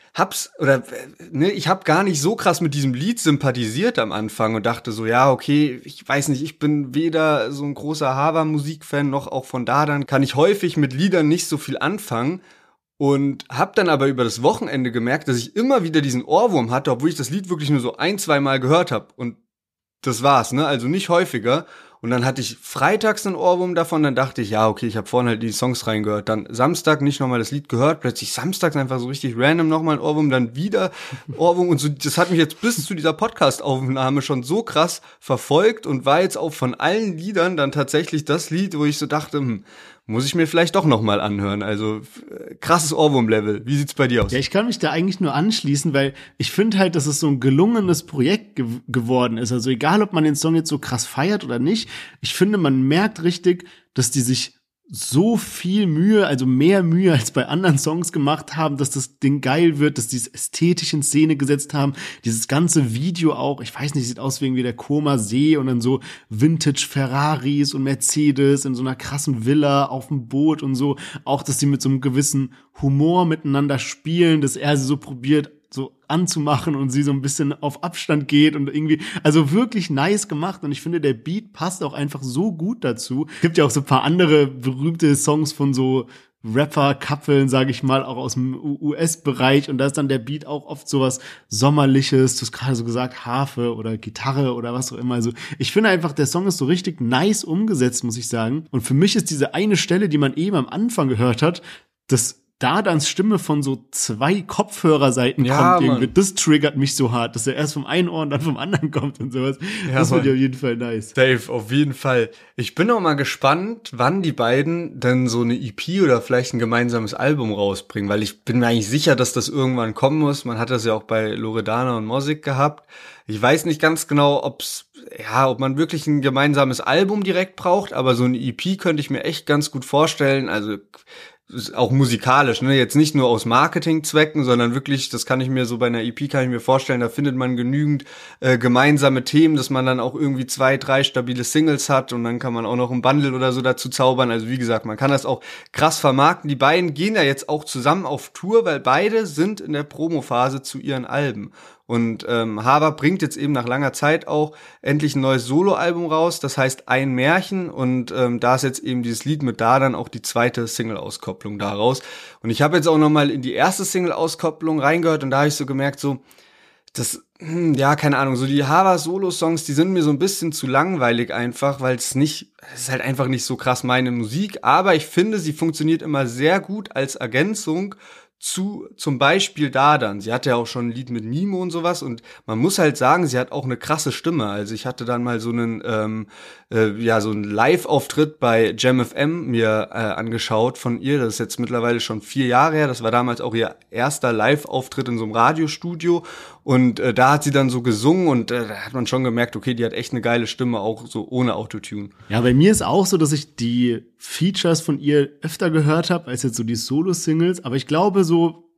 habe gar nicht so krass mit diesem Lied sympathisiert am Anfang und dachte so, ja, okay, ich weiß nicht, ich bin weder so ein großer Hava-Musikfan noch auch von Dardan, kann ich häufig mit Liedern nicht so viel anfangen. Und hab dann aber über das Wochenende gemerkt, dass ich immer wieder diesen Ohrwurm hatte, obwohl ich das Lied wirklich nur so 1-2 Mal gehört habe. Und das war's, ne? Also nicht häufiger. Und dann hatte ich freitags einen Ohrwurm davon, dann dachte ich, ja, okay, ich habe vorhin halt die Songs reingehört. Dann Samstag nicht nochmal das Lied gehört, plötzlich samstags einfach so richtig random nochmal ein Ohrwurm, dann wieder Ohrwurm. Und so, das hat mich jetzt bis zu dieser Podcast-Aufnahme schon so krass verfolgt und war jetzt auch von allen Liedern dann tatsächlich das Lied, wo ich so dachte, muss ich mir vielleicht doch nochmal anhören. Also krasses Ohrwurm-Level. Wie sieht's bei dir aus? Ja, ich kann mich da eigentlich nur anschließen, weil ich finde halt, dass es so ein gelungenes Projekt geworden ist. Also egal, ob man den Song jetzt so krass feiert oder nicht, ich finde, man merkt richtig, dass die sich so viel Mühe, also mehr Mühe als bei anderen Songs gemacht haben, dass das Ding geil wird, dass die es ästhetisch in Szene gesetzt haben. Dieses ganze Video auch, ich weiß nicht, sieht aus wie der Koma See und dann so Vintage Ferraris und Mercedes in so einer krassen Villa auf dem Boot und so. Auch, dass die mit so einem gewissen Humor miteinander spielen, dass er sie so probiert, so anzumachen und sie so ein bisschen auf Abstand geht und irgendwie, also wirklich nice gemacht und ich finde, der Beat passt auch einfach so gut dazu. Es gibt ja auch so ein paar andere berühmte Songs von so Rapper-Kappeln, sage ich mal, auch aus dem US-Bereich und da ist dann der Beat auch oft sowas Sommerliches, du hast gerade so gesagt, Harfe oder Gitarre oder was auch immer. Also ich finde einfach, der Song ist so richtig nice umgesetzt, muss ich sagen. Und für mich ist diese eine Stelle, die man eben am Anfang gehört hat, das Dardans Stimme von so 2 Kopfhörerseiten kommt irgendwie. Das triggert mich so hart, dass er erst vom einen Ohr und dann vom anderen kommt und sowas. Ja, das wird ja auf jeden Fall nice. Dave, auf jeden Fall. Ich bin auch mal gespannt, wann die beiden dann so eine EP oder vielleicht ein gemeinsames Album rausbringen, weil ich bin mir eigentlich sicher, dass das irgendwann kommen muss. Man hat das ja auch bei Loredana und Mosik gehabt. Ich weiß nicht ganz genau, ob man wirklich ein gemeinsames Album direkt braucht, aber so eine EP könnte ich mir echt ganz gut vorstellen. Also auch musikalisch, ne, jetzt nicht nur aus Marketingzwecken, sondern wirklich, das kann ich mir so bei einer EP kann ich mir vorstellen, da findet man genügend gemeinsame Themen, dass man dann auch irgendwie 2, 3 stabile Singles hat und dann kann man auch noch ein Bundle oder so dazu zaubern. Also wie gesagt, man kann das auch krass vermarkten. Die beiden gehen ja jetzt auch zusammen auf Tour, weil beide sind in der Promophase zu ihren Alben. Und Hava bringt jetzt eben nach langer Zeit auch endlich ein neues Soloalbum raus, das heißt Ein Märchen und da ist jetzt eben dieses Lied mit Dardan auch die zweite Single-Auskopplung daraus. Und ich habe jetzt auch nochmal in die erste Single-Auskopplung reingehört und da habe ich so gemerkt, so das, keine Ahnung, so die Hava-Solo-Songs, die sind mir so ein bisschen zu langweilig einfach, weil es ist halt einfach nicht so krass meine Musik, aber ich finde, sie funktioniert immer sehr gut als Ergänzung zum Beispiel Dardan. Sie hatte ja auch schon ein Lied mit Nimo und sowas und man muss halt sagen, sie hat auch eine krasse Stimme. Also ich hatte dann mal so einen so einen Live-Auftritt bei Jam FM mir angeschaut von ihr. Das ist jetzt mittlerweile schon 4 Jahre her. Das war damals auch ihr erster Live-Auftritt in so einem Radiostudio und da hat sie dann so gesungen und da hat man schon gemerkt, okay, die hat echt eine geile Stimme, auch so ohne Autotune. Ja, bei mir ist auch so, dass ich die Features von ihr öfter gehört habe, als jetzt so die Solo-Singles, aber ich glaube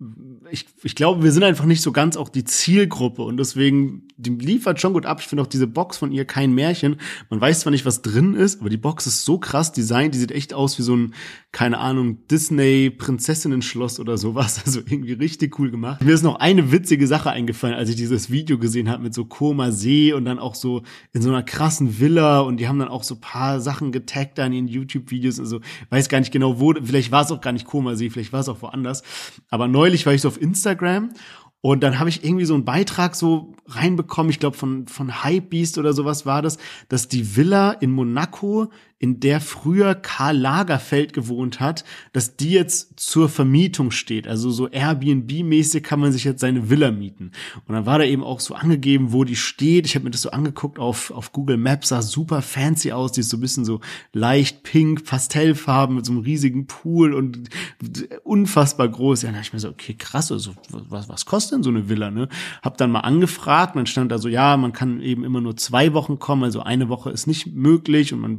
ich glaube, wir sind einfach nicht so ganz auch die Zielgruppe und deswegen, die liefert schon gut ab. Ich finde auch diese Box von ihr kein Märchen. Man weiß zwar nicht, was drin ist, aber die Box ist so krass designt, die sieht echt aus wie so ein, keine Ahnung, Disney-Prinzessinnen-Schloss oder sowas. Also irgendwie richtig cool gemacht. Mir ist noch eine witzige Sache eingefallen, als ich dieses Video gesehen habe mit so Koma See und dann auch so in so einer krassen Villa und die haben dann auch so paar Sachen getaggt da in ihren YouTube-Videos. Also weiß gar nicht genau wo, vielleicht war es auch gar nicht Koma See, vielleicht war es auch woanders. Aber neulich war ich so auf Instagram und dann habe ich irgendwie so einen Beitrag so reinbekommen, ich glaube von Hypebeast oder sowas war das, dass die Villa in Monaco, in der früher Karl Lagerfeld gewohnt hat, dass die jetzt zur Vermietung steht. Also so Airbnb-mäßig kann man sich jetzt seine Villa mieten. Und dann war da eben auch so angegeben, wo die steht. Ich habe mir das so angeguckt auf Google Maps, sah super fancy aus. Die ist so ein bisschen so leicht pink, Pastellfarben mit so einem riesigen Pool und unfassbar groß. Ja, dann dachte ich mir so, okay, krass, also was kostet denn so eine Villa, ne? Hab dann mal angefragt, man stand da so, ja, man kann eben immer nur 2 Wochen kommen, also eine Woche ist nicht möglich und man kann ja mal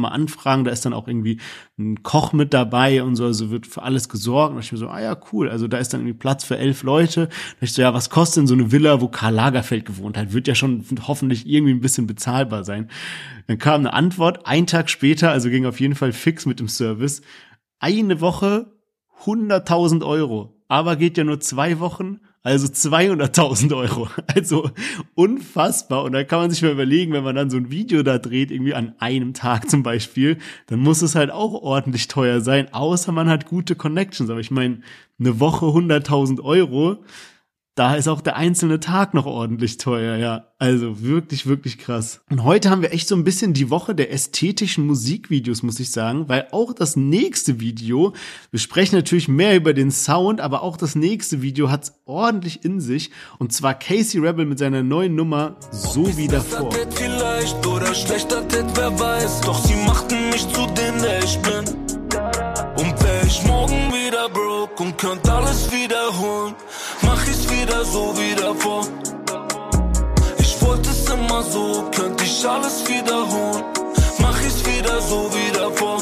mal anfragen, da ist dann auch irgendwie ein Koch mit dabei und so, also wird für alles gesorgt. Und ich mir so, ja, cool, also da ist dann irgendwie Platz für 11 Leute. Da ich so, ja, was kostet denn so eine Villa, wo Karl Lagerfeld gewohnt hat? Wird ja schon hoffentlich irgendwie ein bisschen bezahlbar sein. Dann kam eine Antwort, 1 Tag später, also ging auf jeden Fall fix mit dem Service, 1 Woche 100.000 €, aber geht ja nur 2 Wochen, also 200.000 €. Also unfassbar. Und da kann man sich mal überlegen, wenn man dann so ein Video da dreht, irgendwie an einem Tag zum Beispiel, dann muss es halt auch ordentlich teuer sein, außer man hat gute Connections. Aber ich meine, eine Woche 100.000 €, da ist auch der einzelne Tag noch ordentlich teuer, ja. Also wirklich, wirklich krass. Und heute haben wir echt so ein bisschen die Woche der ästhetischen Musikvideos, muss ich sagen, weil auch das nächste Video, wir sprechen natürlich mehr über den Sound, aber auch das nächste Video hat's ordentlich in sich. Und zwar Casey Rebel mit seiner neuen Nummer So wie davor. Vielleicht oder schlechter Tit, wer weiß. Doch sie machten mich zu dem, der ich bin. Und wär ich morgen wieder broke und könnt alles wiederholen, mach ich's wieder so wie davor. Ich wollte es immer so, könnt ich alles wiederholen, mach ich's wieder so wie davor.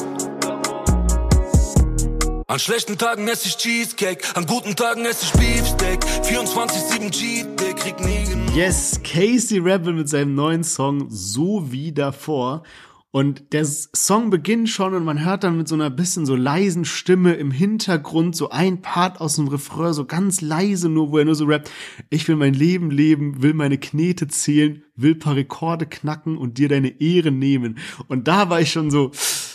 An schlechten Tagen esse ich Cheesecake, an guten Tagen esse ich Beefsteak, 24/7 Cheat Day, krieg nie genug. Yes, Casey Rebel mit seinem neuen Song So wie davor. Und der Song beginnt schon und man hört dann mit so einer bisschen so leisen Stimme im Hintergrund so ein Part aus dem Refrain, so ganz leise nur, wo er nur so rappt: Ich will mein Leben leben, will meine Knete zählen, will paar Rekorde knacken und dir deine Ehre nehmen. Und da war ich schon so,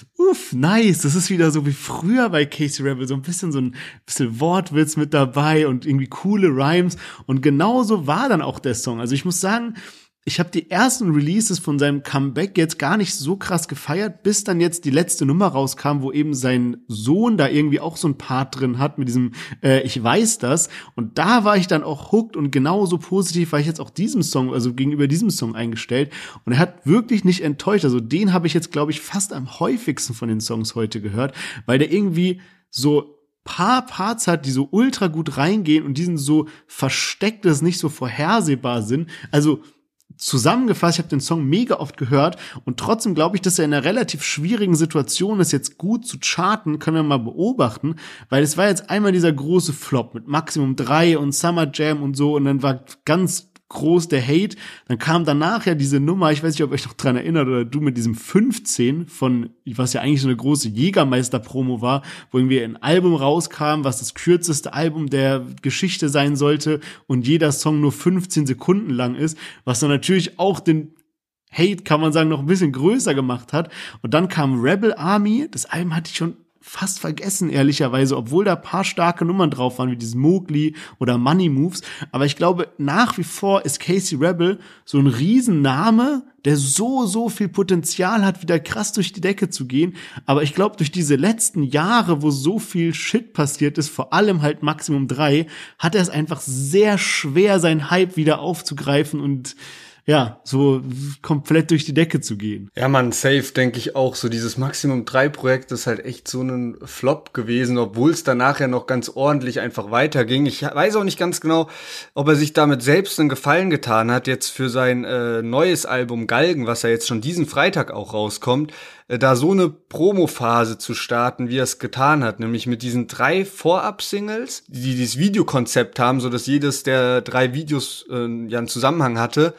nice, das ist wieder so wie früher bei Casey Rebel, so ein bisschen Wortwitz mit dabei und irgendwie coole Rhymes. Und genauso war dann auch der Song. Also ich muss sagen, ich habe die ersten Releases von seinem Comeback jetzt gar nicht so krass gefeiert, bis dann jetzt die letzte Nummer rauskam, wo eben sein Sohn da irgendwie auch so ein Part drin hat mit diesem Ich weiß das. Und da war ich dann auch hooked und genauso positiv war ich jetzt auch diesem Song, also gegenüber diesem Song eingestellt. Und er hat wirklich nicht enttäuscht. Also den habe ich jetzt, glaube ich, fast am häufigsten von den Songs heute gehört, weil der irgendwie so paar Parts hat, die so ultra gut reingehen und die sind so versteckt, dass nicht so vorhersehbar sind. Also zusammengefasst, ich habe den Song mega oft gehört und trotzdem glaube ich, dass er in einer relativ schwierigen Situation ist, jetzt gut zu charten, können wir mal beobachten, weil es war jetzt einmal dieser große Flop mit Maximum 3 und Summer Jam und so und dann war ganz groß der Hate, dann kam danach ja diese Nummer, ich weiß nicht, ob ihr euch noch dran erinnert oder du, mit diesem 15 von, was ja eigentlich so eine große Jägermeister-Promo war, wo irgendwie ein Album rauskam, was das kürzeste Album der Geschichte sein sollte und jeder Song nur 15 Sekunden lang ist, was dann natürlich auch den Hate, kann man sagen, noch ein bisschen größer gemacht hat. Und dann kam Rebel Army, das Album hatte ich schon fast vergessen, ehrlicherweise, obwohl da ein paar starke Nummern drauf waren, wie dieses Mowgli oder Money Moves. Aber ich glaube, nach wie vor ist Casey Rebel so ein Riesenname, der so viel Potenzial hat, wieder krass durch die Decke zu gehen. Aber ich glaube, durch diese letzten Jahre, wo so viel Shit passiert ist, vor allem halt Maximum 3, hat er es einfach sehr schwer, seinen Hype wieder aufzugreifen und ja, so komplett durch die Decke zu gehen. Ja, man, safe, denke ich auch. So dieses Maximum 3 Projekt ist halt echt so ein Flop gewesen, obwohl es danach ja noch ganz ordentlich einfach weiterging. Ich weiß auch nicht ganz genau, ob er sich damit selbst einen Gefallen getan hat, jetzt für sein neues Album Galgen, was ja jetzt schon diesen Freitag auch rauskommt, da so eine Promo-Phase zu starten, wie er es getan hat, nämlich mit diesen 3 Vorab-Singles, die dieses Videokonzept haben, so dass jedes der 3 Videos ja einen Zusammenhang hatte.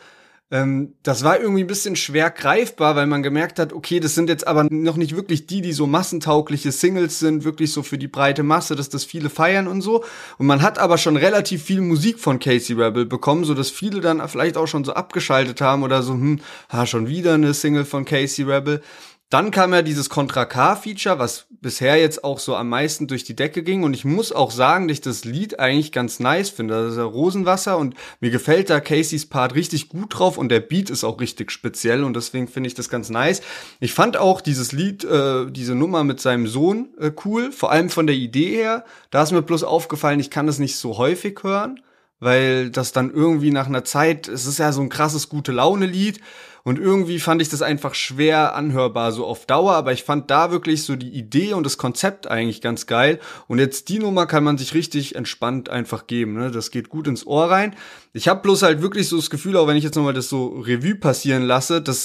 Das war irgendwie ein bisschen schwer greifbar, weil man gemerkt hat, okay, das sind jetzt aber noch nicht wirklich die so massentaugliche Singles sind, wirklich so für die breite Masse, dass das viele feiern und so. Und man hat aber schon relativ viel Musik von Casey Rebel bekommen, so dass viele dann vielleicht auch schon so abgeschaltet haben oder so, schon wieder eine Single von Casey Rebel. Dann kam ja dieses Contra K-Feature, was bisher jetzt auch so am meisten durch die Decke ging. Und ich muss auch sagen, dass ich das Lied eigentlich ganz nice finde. Das ist ja Rosenwasser und mir gefällt da Caseys Part richtig gut drauf und der Beat ist auch richtig speziell und deswegen finde ich das ganz nice. Ich fand auch dieses Lied, diese Nummer mit seinem Sohn cool, vor allem von der Idee her. Da ist mir bloß aufgefallen, ich kann das nicht so häufig hören, weil das dann irgendwie nach einer Zeit, es ist ja so ein krasses Gute-Laune-Lied, und irgendwie fand ich das einfach schwer anhörbar, so auf Dauer, aber ich fand da wirklich so die Idee und das Konzept eigentlich ganz geil. Und jetzt die Nummer kann man sich richtig entspannt einfach geben, ne? Das geht gut ins Ohr rein. Ich habe bloß halt wirklich so das Gefühl, auch wenn ich jetzt nochmal das so Revue passieren lasse, dass es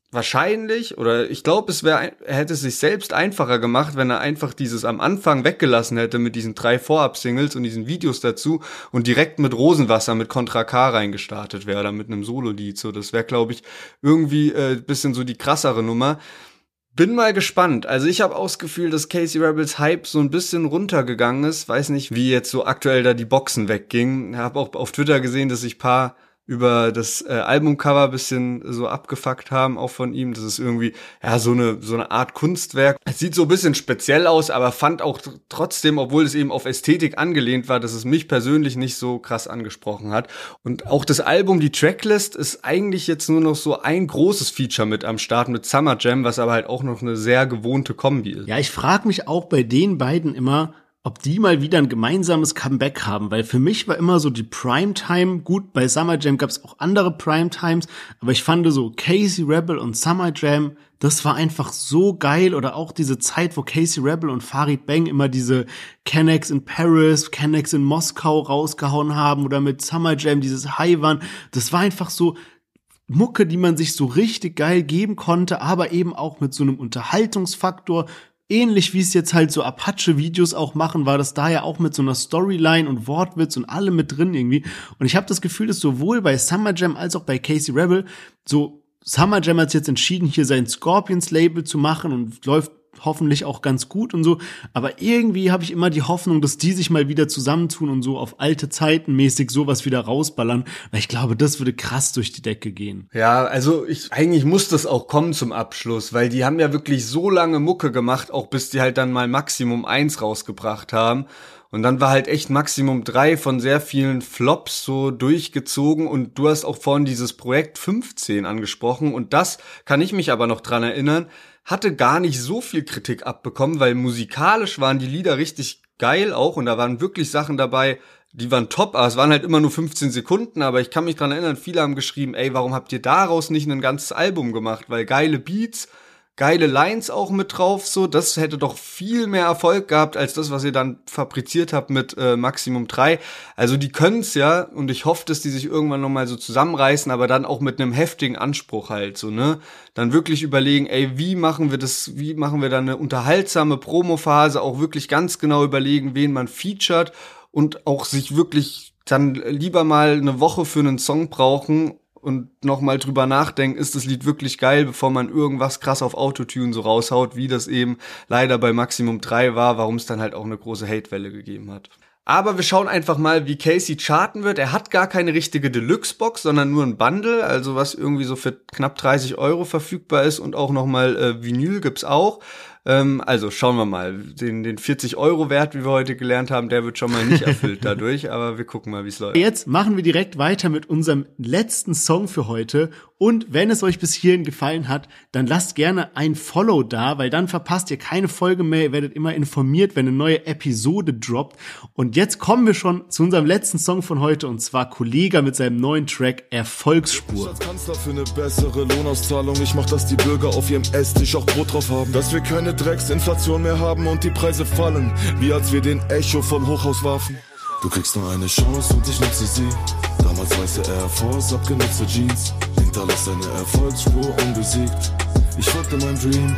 wahrscheinlich, oder ich glaube, er hätte es sich selbst einfacher gemacht, wenn er einfach dieses am Anfang weggelassen hätte mit diesen 3 Vorab-Singles und diesen Videos dazu und direkt mit Rosenwasser, mit Contra K reingestartet wäre oder mit einem Solo-Lied. So, das wäre, glaube ich, irgendwie bisschen so die krassere Nummer. Bin mal gespannt. Also ich habe auch das Gefühl, dass Casey Rebels Hype so ein bisschen runtergegangen ist. Weiß nicht, wie jetzt so aktuell da die Boxen weggingen. Habe auch auf Twitter gesehen, dass sich paar über das Albumcover ein bisschen so abgefuckt haben, auch von ihm. Das ist irgendwie ja so eine Art Kunstwerk. Es sieht so ein bisschen speziell aus, aber fand auch trotzdem, obwohl es eben auf Ästhetik angelehnt war, dass es mich persönlich nicht so krass angesprochen hat. Und auch das Album, die Tracklist, ist eigentlich jetzt nur noch so ein großes Feature mit am Start mit Summer Jam, was aber halt auch noch eine sehr gewohnte Kombi ist. Ja, ich frage mich auch bei den beiden immer, ob die mal wieder ein gemeinsames Comeback haben, weil für mich war immer so die Primetime, gut, bei Summer Jam gab es auch andere Primetimes, aber ich fand so Casey Rebel und Summer Jam, das war einfach so geil, oder auch diese Zeit, wo Casey Rebel und Farid Bang immer diese Kennex in Paris, Kennex in Moskau rausgehauen haben oder mit Summer Jam dieses High waren, das war einfach so Mucke, die man sich so richtig geil geben konnte, aber eben auch mit so einem Unterhaltungsfaktor. Ähnlich wie es jetzt halt so Apache-Videos auch machen, war das da ja auch mit so einer Storyline und Wortwitz und allem mit drin irgendwie. Und ich habe das Gefühl, dass sowohl bei Summer Jam als auch bei Casey Rebel so Summer Jam hat jetzt entschieden, hier sein Scorpions-Label zu machen und läuft hoffentlich auch ganz gut und so, aber irgendwie habe ich immer die Hoffnung, dass die sich mal wieder zusammentun und so auf alte Zeiten mäßig sowas wieder rausballern, weil ich glaube, das würde krass durch die Decke gehen. Ja, also eigentlich muss das auch kommen zum Abschluss, weil die haben ja wirklich so lange Mucke gemacht, auch bis die halt dann mal Maximum 1 rausgebracht haben. Und dann war halt echt Maximum 3 von sehr vielen Flops so durchgezogen, und du hast auch vorhin dieses Projekt 15 angesprochen, und das kann ich mich aber noch dran erinnern, hatte gar nicht so viel Kritik abbekommen, weil musikalisch waren die Lieder richtig geil auch, und da waren wirklich Sachen dabei, die waren top, aber es waren halt immer nur 15 Sekunden, aber ich kann mich dran erinnern, viele haben geschrieben, ey, warum habt ihr daraus nicht ein ganzes Album gemacht, weil geile Beats, geile Lines auch mit drauf, so, das hätte doch viel mehr Erfolg gehabt, als das, was ihr dann fabriziert habt mit Maximum 3. Also die können's ja, und ich hoffe, dass die sich irgendwann nochmal so zusammenreißen, aber dann auch mit einem heftigen Anspruch halt, so, ne? Dann wirklich überlegen, ey, wie machen wir dann eine unterhaltsame Promophase, auch wirklich ganz genau überlegen, wen man featured, und auch sich wirklich dann lieber mal eine Woche für einen Song brauchen und nochmal drüber nachdenken, ist das Lied wirklich geil, bevor man irgendwas krass auf Autotune so raushaut, wie das eben leider bei Maximum 3 war, warum es dann halt auch eine große Hatewelle gegeben hat. Aber wir schauen einfach mal, wie Casey charten wird. Er hat gar keine richtige Deluxe-Box, sondern nur ein Bundle, also was irgendwie so für knapp 30 € verfügbar ist, und auch nochmal Vinyl gibt's auch. Also schauen wir mal. Den 40 € Wert, wie wir heute gelernt haben, der wird schon mal nicht erfüllt dadurch, aber wir gucken mal, wie es läuft. Jetzt machen wir direkt weiter mit unserem letzten Song für heute. Und wenn es euch bis hierhin gefallen hat, dann lasst gerne ein Follow da, weil dann verpasst ihr keine Folge mehr. Ihr werdet immer informiert, wenn eine neue Episode droppt. Und jetzt kommen wir schon zu unserem letzten Song von heute, und zwar Kollega mit seinem neuen Track Erfolgsspur. Ich als Kanzler für eine bessere Lohnauszahlung. Ich mach, dass die Bürger auf ihrem Esstisch auch Brot drauf haben. Dass wir keine Drecksinflation mehr haben und die Preise fallen, wie als wir den Echo vom Hochhaus warfen. Du kriegst nur eine Chance und ich nutze sie. Damals weiße Air Force, abgenutzte Jeans. Hinterlass eine Erfolgsspur unbesiegt. Ich folgte meinem Dream.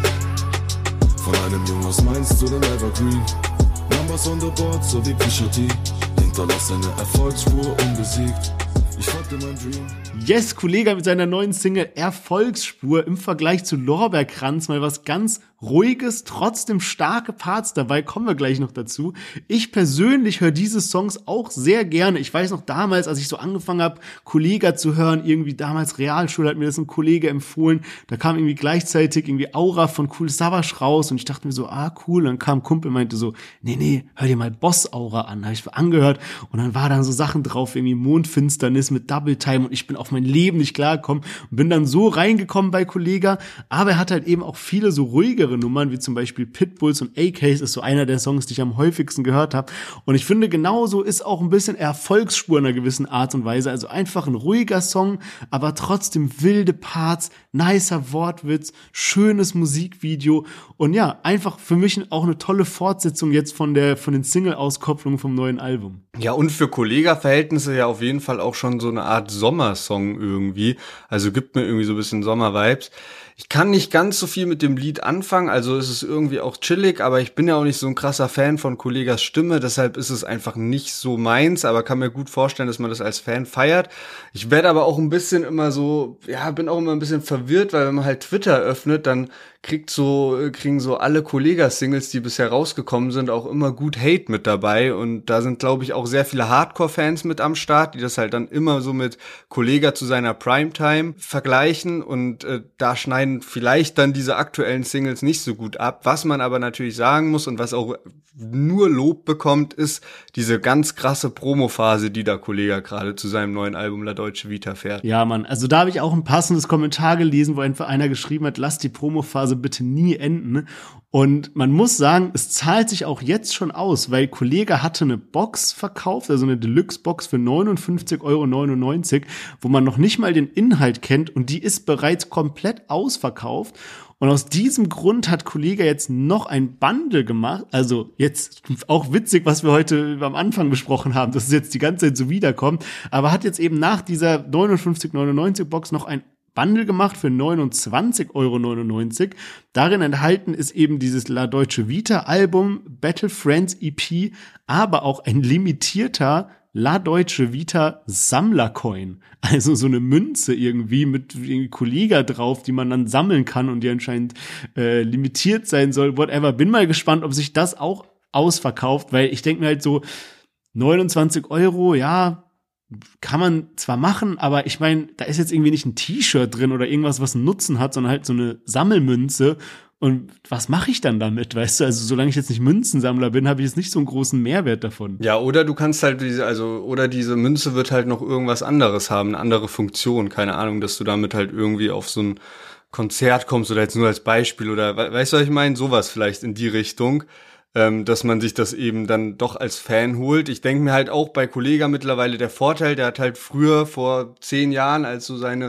Von einem Jungen aus Mainz zu den Evergreen. Numbers on the board, so wie Pusha T. Hinterlass eine Erfolgsspur unbesiegt. Ich folgte meinem Dream. Yes, Kollega mit seiner neuen Single Erfolgsspur, im Vergleich zu Lorbeerkranz mal was ganz Ruhiges, trotzdem starke Parts dabei, kommen wir gleich noch dazu. Ich persönlich höre diese Songs auch sehr gerne. Ich weiß noch damals, als ich so angefangen habe, Kollega zu hören, irgendwie damals Realschule hat mir das ein Kollege empfohlen, da kam irgendwie gleichzeitig irgendwie Aura von Kool Savas raus, und ich dachte mir so, cool, und dann kam ein Kumpel und meinte so, nee, hör dir mal Boss Aura an, habe ich angehört, und dann war da so Sachen drauf, irgendwie Mondfinsternis mit Double Time, und ich bin auf mein Leben nicht klargekommen und bin dann so reingekommen bei Kollega, aber er hat halt eben auch viele so ruhigere Nummern, wie zum Beispiel Pitbulls und AKs, ist so einer der Songs, die ich am häufigsten gehört habe, und ich finde, genauso ist auch ein bisschen Erfolgsspur in einer gewissen Art und Weise, also einfach ein ruhiger Song, aber trotzdem wilde Parts, nicer Wortwitz, schönes Musikvideo, und ja, einfach für mich auch eine tolle Fortsetzung jetzt von den Single-Auskopplungen vom neuen Album. Ja, und für Kollega-Verhältnisse ja auf jeden Fall auch schon so eine Art Sommersong irgendwie. Also gibt mir irgendwie so ein bisschen Sommer-Vibes. Ich kann nicht ganz so viel mit dem Lied anfangen, also es ist irgendwie auch chillig, aber ich bin ja auch nicht so ein krasser Fan von Kollegas Stimme, deshalb ist es einfach nicht so meins, aber kann mir gut vorstellen, dass man das als Fan feiert. Ich werde aber auch ein bisschen immer so, ja, bin auch immer ein bisschen verwirrt, weil wenn man halt Twitter öffnet, dann kriegen so alle Kollega-Singles, die bisher rausgekommen sind, auch immer gut Hate mit dabei. Und da sind, glaube ich, auch sehr viele Hardcore-Fans mit am Start, die das halt dann immer so mit Kollega zu seiner Primetime vergleichen. Und da schneiden vielleicht dann diese aktuellen Singles nicht so gut ab. Was man aber natürlich sagen muss und was auch nur Lob bekommt, ist diese ganz krasse Promo-Phase, die da Kollega gerade zu seinem neuen Album La Deutsche Vita fährt. Ja, Mann, also da habe ich auch ein passendes Kommentar gelesen, wo einfach einer geschrieben hat, lass die Promophase bitte nie enden. Und man muss sagen, es zahlt sich auch jetzt schon aus, weil Kollega hatte eine Box verkauft, also eine Deluxe-Box für 59,99 €, wo man noch nicht mal den Inhalt kennt und die ist bereits komplett ausverkauft. Und aus diesem Grund hat Kollega jetzt noch ein Bundle gemacht. Also jetzt auch witzig, was wir heute am Anfang besprochen haben, dass es jetzt die ganze Zeit so wiederkommt. Aber hat jetzt eben nach dieser 59,99 € Box noch ein Bundle gemacht für 29,99 €. Darin enthalten ist eben dieses La Deutsche Vita Album, Battle Friends EP, aber auch ein limitierter La Deutsche Vita Sammlercoin. Also so eine Münze irgendwie mit Kollega drauf, die man dann sammeln kann und die anscheinend limitiert sein soll, whatever. Bin mal gespannt, ob sich das auch ausverkauft, weil ich denke mir halt so, 29 €, ja, kann man zwar machen, aber ich meine, da ist jetzt irgendwie nicht ein T-Shirt drin oder irgendwas, was einen Nutzen hat, sondern halt so eine Sammelmünze. Und was mache ich dann damit, weißt du? Also solange ich jetzt nicht Münzensammler bin, habe ich jetzt nicht so einen großen Mehrwert davon. Ja, oder du kannst halt diese Münze wird halt noch irgendwas anderes haben, eine andere Funktion, keine Ahnung, dass du damit halt irgendwie auf so ein Konzert kommst oder jetzt nur als Beispiel oder, weißt du, was ich meine? Sowas vielleicht in die Richtung, dass man sich das eben dann doch als Fan holt. Ich denke mir halt auch bei Kollega mittlerweile der Vorteil, der hat halt früher vor 10 Jahren, als so seine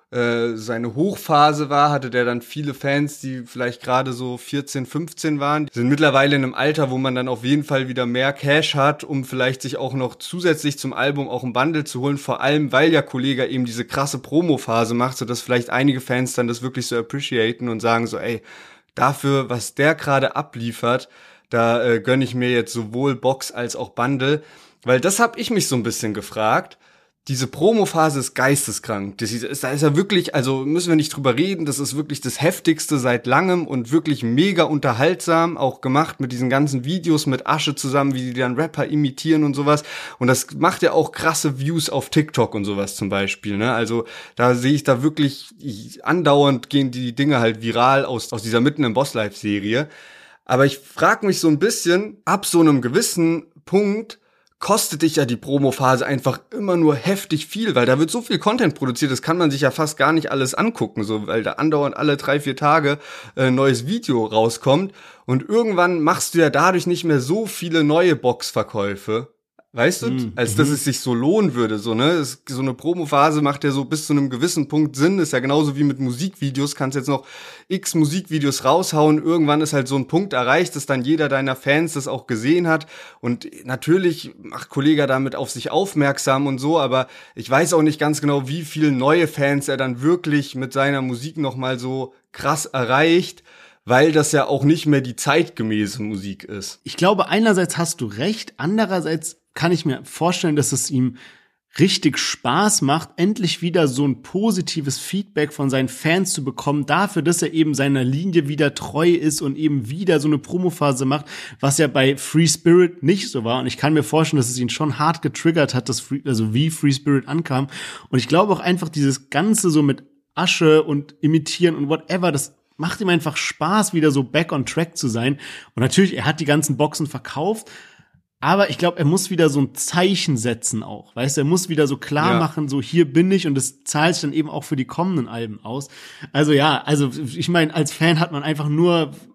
Hochphase war, hatte der dann viele Fans, die vielleicht gerade so 14, 15 waren. Die sind mittlerweile in einem Alter, wo man dann auf jeden Fall wieder mehr Cash hat, um vielleicht sich auch noch zusätzlich zum Album auch ein Bundle zu holen, vor allem, weil ja Kollega eben diese krasse Promo-Phase macht, sodass vielleicht einige Fans dann das wirklich so appreciaten und sagen so, ey, dafür, was der gerade abliefert, da gönne ich mir jetzt sowohl Box als auch Bundle, weil das habe ich mich so ein bisschen gefragt. Diese Promophase ist geisteskrank. Da ist ja wirklich, also müssen wir nicht drüber reden, das ist wirklich das Heftigste seit langem und wirklich mega unterhaltsam, auch gemacht mit diesen ganzen Videos mit Asche zusammen, wie die dann Rapper imitieren und sowas. Und das macht ja auch krasse Views auf TikTok und sowas zum Beispiel, ne? Also da sehe ich da wirklich, andauernd gehen die Dinge halt viral aus dieser Mitten im Boss Life Serie. Aber ich frage mich so ein bisschen, ab so einem gewissen Punkt kostet dich ja die Promophase einfach immer nur heftig viel, weil da wird so viel Content produziert, das kann man sich ja fast gar nicht alles angucken, so, weil da andauernd alle 3-4 Tage ein neues Video rauskommt und irgendwann machst du ja dadurch nicht mehr so viele neue Boxverkäufe. Weißt du, als dass es sich so lohnen würde, so, ne? So eine Promophase macht ja so bis zu einem gewissen Punkt Sinn, ist ja genauso wie mit Musikvideos, kannst jetzt noch x Musikvideos raushauen, irgendwann ist halt so ein Punkt erreicht, dass dann jeder deiner Fans das auch gesehen hat und natürlich macht Kollega damit auf sich aufmerksam und so, aber ich weiß auch nicht ganz genau, wie viele neue Fans er dann wirklich mit seiner Musik nochmal so krass erreicht, weil das ja auch nicht mehr die zeitgemäße Musik ist. Ich glaube, einerseits hast du recht, andererseits kann ich mir vorstellen, dass es ihm richtig Spaß macht, endlich wieder so ein positives Feedback von seinen Fans zu bekommen, dafür, dass er eben seiner Linie wieder treu ist und eben wieder so eine Promophase macht, was ja bei Free Spirit nicht so war. Und ich kann mir vorstellen, dass es ihn schon hart getriggert hat, wie Free Spirit ankam. Und ich glaube auch einfach, dieses Ganze so mit Asche und Imitieren und whatever, das macht ihm einfach Spaß, wieder so back on track zu sein. Und natürlich, er hat die ganzen Boxen verkauft, aber ich glaube, er muss wieder so ein Zeichen setzen auch. Weißt du, er muss wieder so klar machen, so hier bin ich und das zahlt sich dann eben auch für die kommenden Alben aus. Also ja, also ich meine, als Fan hat man einfach nur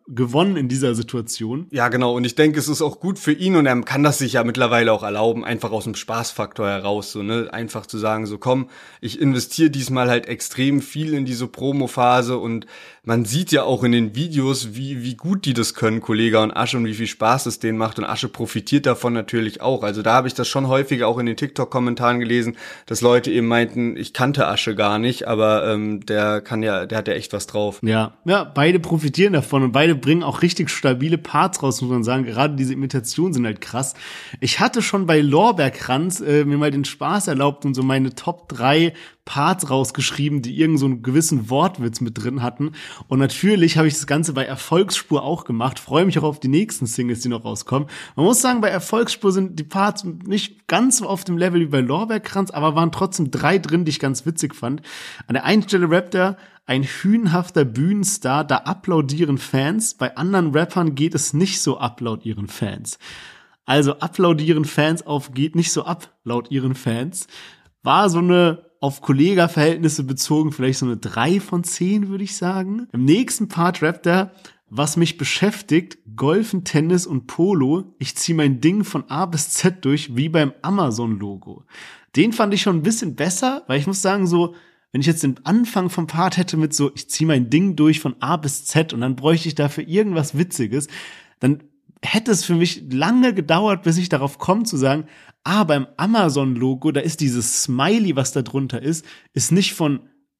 gewonnen in dieser Situation. Ja, genau. Und ich denke, es ist auch gut für ihn und er kann das sich ja mittlerweile auch erlauben, einfach aus dem Spaßfaktor heraus, so, ne, einfach zu sagen, so komm, ich investiere diesmal halt extrem viel in diese Promophase und man sieht ja auch in den Videos, wie gut die das können, Kollegah und Asche, und wie viel Spaß es denen macht und Asche profitiert davon natürlich auch. Also da habe ich das schon häufiger auch in den TikTok-Kommentaren gelesen, dass Leute eben meinten, ich kannte Asche gar nicht, aber der hat ja echt was drauf. Ja, beide profitieren davon und beide bringen auch richtig stabile Parts raus, muss man sagen. Gerade diese Imitationen sind halt krass. Ich hatte schon bei Lorbeerkranz mir mal den Spaß erlaubt und so meine Top 3 Parts rausgeschrieben, die irgend so einen gewissen Wortwitz mit drin hatten. Und natürlich habe ich das Ganze bei Erfolgsspur auch gemacht. Freue mich auch auf die nächsten Singles, die noch rauskommen. Man muss sagen, bei Erfolgsspur sind die Parts nicht ganz so auf dem Level wie bei Lorbeerkranz, aber waren trotzdem 3 drin, die ich ganz witzig fand. An der einen Stelle rappt er: ein hünenhafter Bühnenstar, da applaudieren Fans. Bei anderen Rappern geht es nicht so ab, laut ihren Fans. Also applaudieren Fans auf geht nicht so ab, laut ihren Fans. War so eine auf Kollegah-Verhältnisse bezogen vielleicht so eine 3 von 10, würde ich sagen. Im nächsten Part rappt er: was mich beschäftigt, Golfen, Tennis und Polo. Ich zieh mein Ding von A bis Z durch, wie beim Amazon-Logo. Den fand ich schon ein bisschen besser, weil ich muss sagen, so, wenn ich jetzt den Anfang vom Part hätte mit so, ich zieh mein Ding durch von A bis Z und dann bräuchte ich dafür irgendwas Witziges, dann hätte es für mich lange gedauert, bis ich darauf komme zu sagen, beim Amazon-Logo, da ist dieses Smiley, was da drunter ist nicht von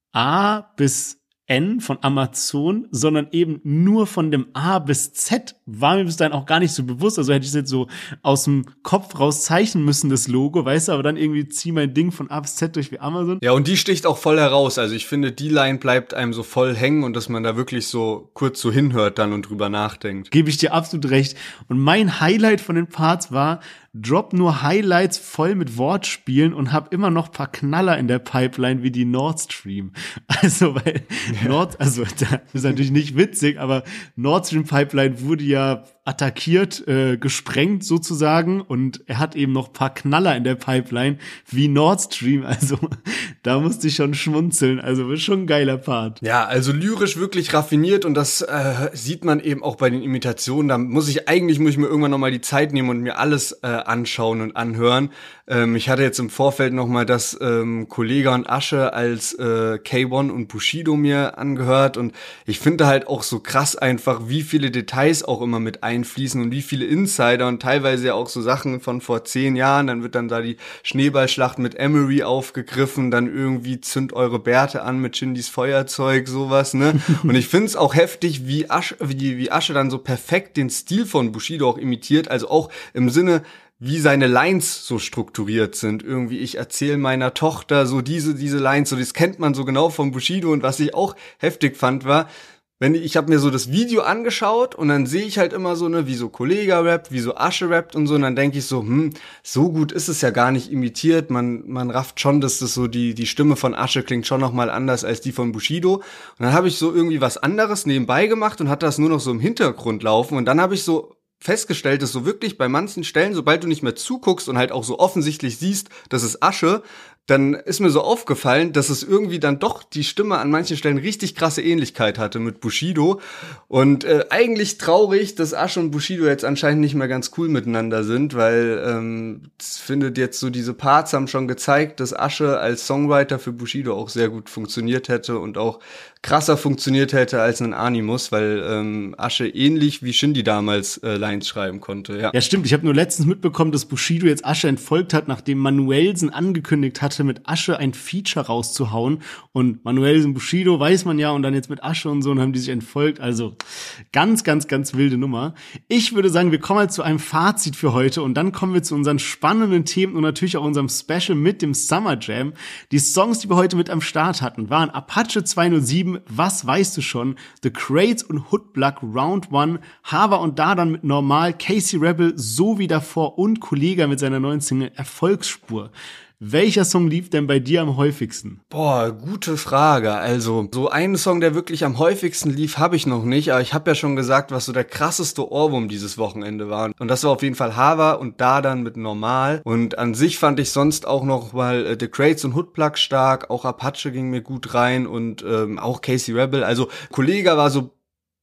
A bis N von Amazon, sondern eben nur von dem A bis Z. War mir bis dahin auch gar nicht so bewusst. Also hätte ich es jetzt so aus dem Kopf raus zeichnen müssen, das Logo, weißt du, aber dann irgendwie zieh mein Ding von A bis Z durch wie Amazon. Ja, und die sticht auch voll heraus. Also ich finde, die Line bleibt einem so voll hängen und dass man da wirklich so kurz so hinhört dann und drüber nachdenkt. Gebe ich dir absolut recht. Und mein Highlight von den Parts war: drop nur Highlights voll mit Wortspielen und hab immer noch paar Knaller in der Pipeline wie die Nord Stream. Also, weil das ist natürlich nicht witzig, aber Nord Stream Pipeline wurde ja attackiert, gesprengt sozusagen, und er hat eben noch paar Knaller in der Pipeline wie Nord Stream. Also, da musste ich schon schmunzeln. Also, schon ein geiler Part. Ja, also lyrisch wirklich raffiniert und das sieht man eben auch bei den Imitationen. Da muss ich mir irgendwann nochmal die Zeit nehmen und mir alles anschauen und anhören. Ich hatte jetzt im Vorfeld nochmal das Kollegah und Asche als K1 und Bushido mir angehört und ich finde halt auch so krass einfach, wie viele Details auch immer mit einfließen und wie viele Insider und teilweise ja auch so Sachen von vor 10 Jahren, dann wird dann da die Schneeballschlacht mit Emery aufgegriffen, dann irgendwie zünd eure Bärte an mit Shindys Feuerzeug, sowas, ne? Und ich finde es auch heftig, wie Asche dann so perfekt den Stil von Bushido auch imitiert, also auch im Sinne, wie seine Lines so strukturiert sind. Irgendwie, ich erzähle meiner Tochter so diese Lines, so das kennt man so genau von Bushido. Und was ich auch heftig fand, war, ich habe mir so das Video angeschaut und dann sehe ich halt immer so, ne, wie so Kollegah rappt, wie so Asche rappt und so, und dann denke ich so, so gut ist es ja gar nicht imitiert, man rafft schon, dass das so die Stimme von Asche klingt schon nochmal anders als die von Bushido, und dann habe ich so irgendwie was anderes nebenbei gemacht und hatte das nur noch so im Hintergrund laufen, und dann habe ich so festgestellt, dass so wirklich bei manchen Stellen, sobald du nicht mehr zuguckst und halt auch so offensichtlich siehst, das ist Asche, dann ist mir so aufgefallen, dass es irgendwie dann doch die Stimme an manchen Stellen richtig krasse Ähnlichkeit hatte mit Bushido. Und eigentlich traurig, dass Asche und Bushido jetzt anscheinend nicht mehr ganz cool miteinander sind, weil ich finde jetzt so diese Parts haben schon gezeigt, dass Asche als Songwriter für Bushido auch sehr gut funktioniert hätte und auch krasser funktioniert hätte als ein Animus, weil Asche ähnlich wie Shindy damals Lines schreiben konnte. Ja, stimmt. Ich habe nur letztens mitbekommen, dass Bushido jetzt Asche entfolgt hat, nachdem Manuellsen angekündigt hatte, mit Asche ein Feature rauszuhauen. Und Manuellsen, Bushido weiß man ja, und dann jetzt mit Asche und so, und haben die sich entfolgt. Also ganz, ganz, ganz wilde Nummer. Ich würde sagen, wir kommen halt zu einem Fazit für heute und dann kommen wir zu unseren spannenden Themen und natürlich auch unserem Special mit dem Summer Jam. Die Songs, die wir heute mit am Start hatten, waren Apache 207, Was weißt du schon, The Crates und Hoodblock Round 1, Hava und Dadan mit Normal, Casey Rebel so wie davor und Kollegah mit seiner neuen Single Erfolgsspur. Welcher Song lief denn bei dir am häufigsten? Boah, gute Frage. Also, so einen Song, der wirklich am häufigsten lief, habe ich noch nicht. Aber ich habe ja schon gesagt, was so der krasseste Ohrwurm dieses Wochenende war. Und das war auf jeden Fall Hava und Dadan mit Normal. Und an sich fand ich sonst auch noch mal The Crates und Hoodblock stark. Auch Apache ging mir gut rein und auch Casey Rebel. Also, Kollegah war so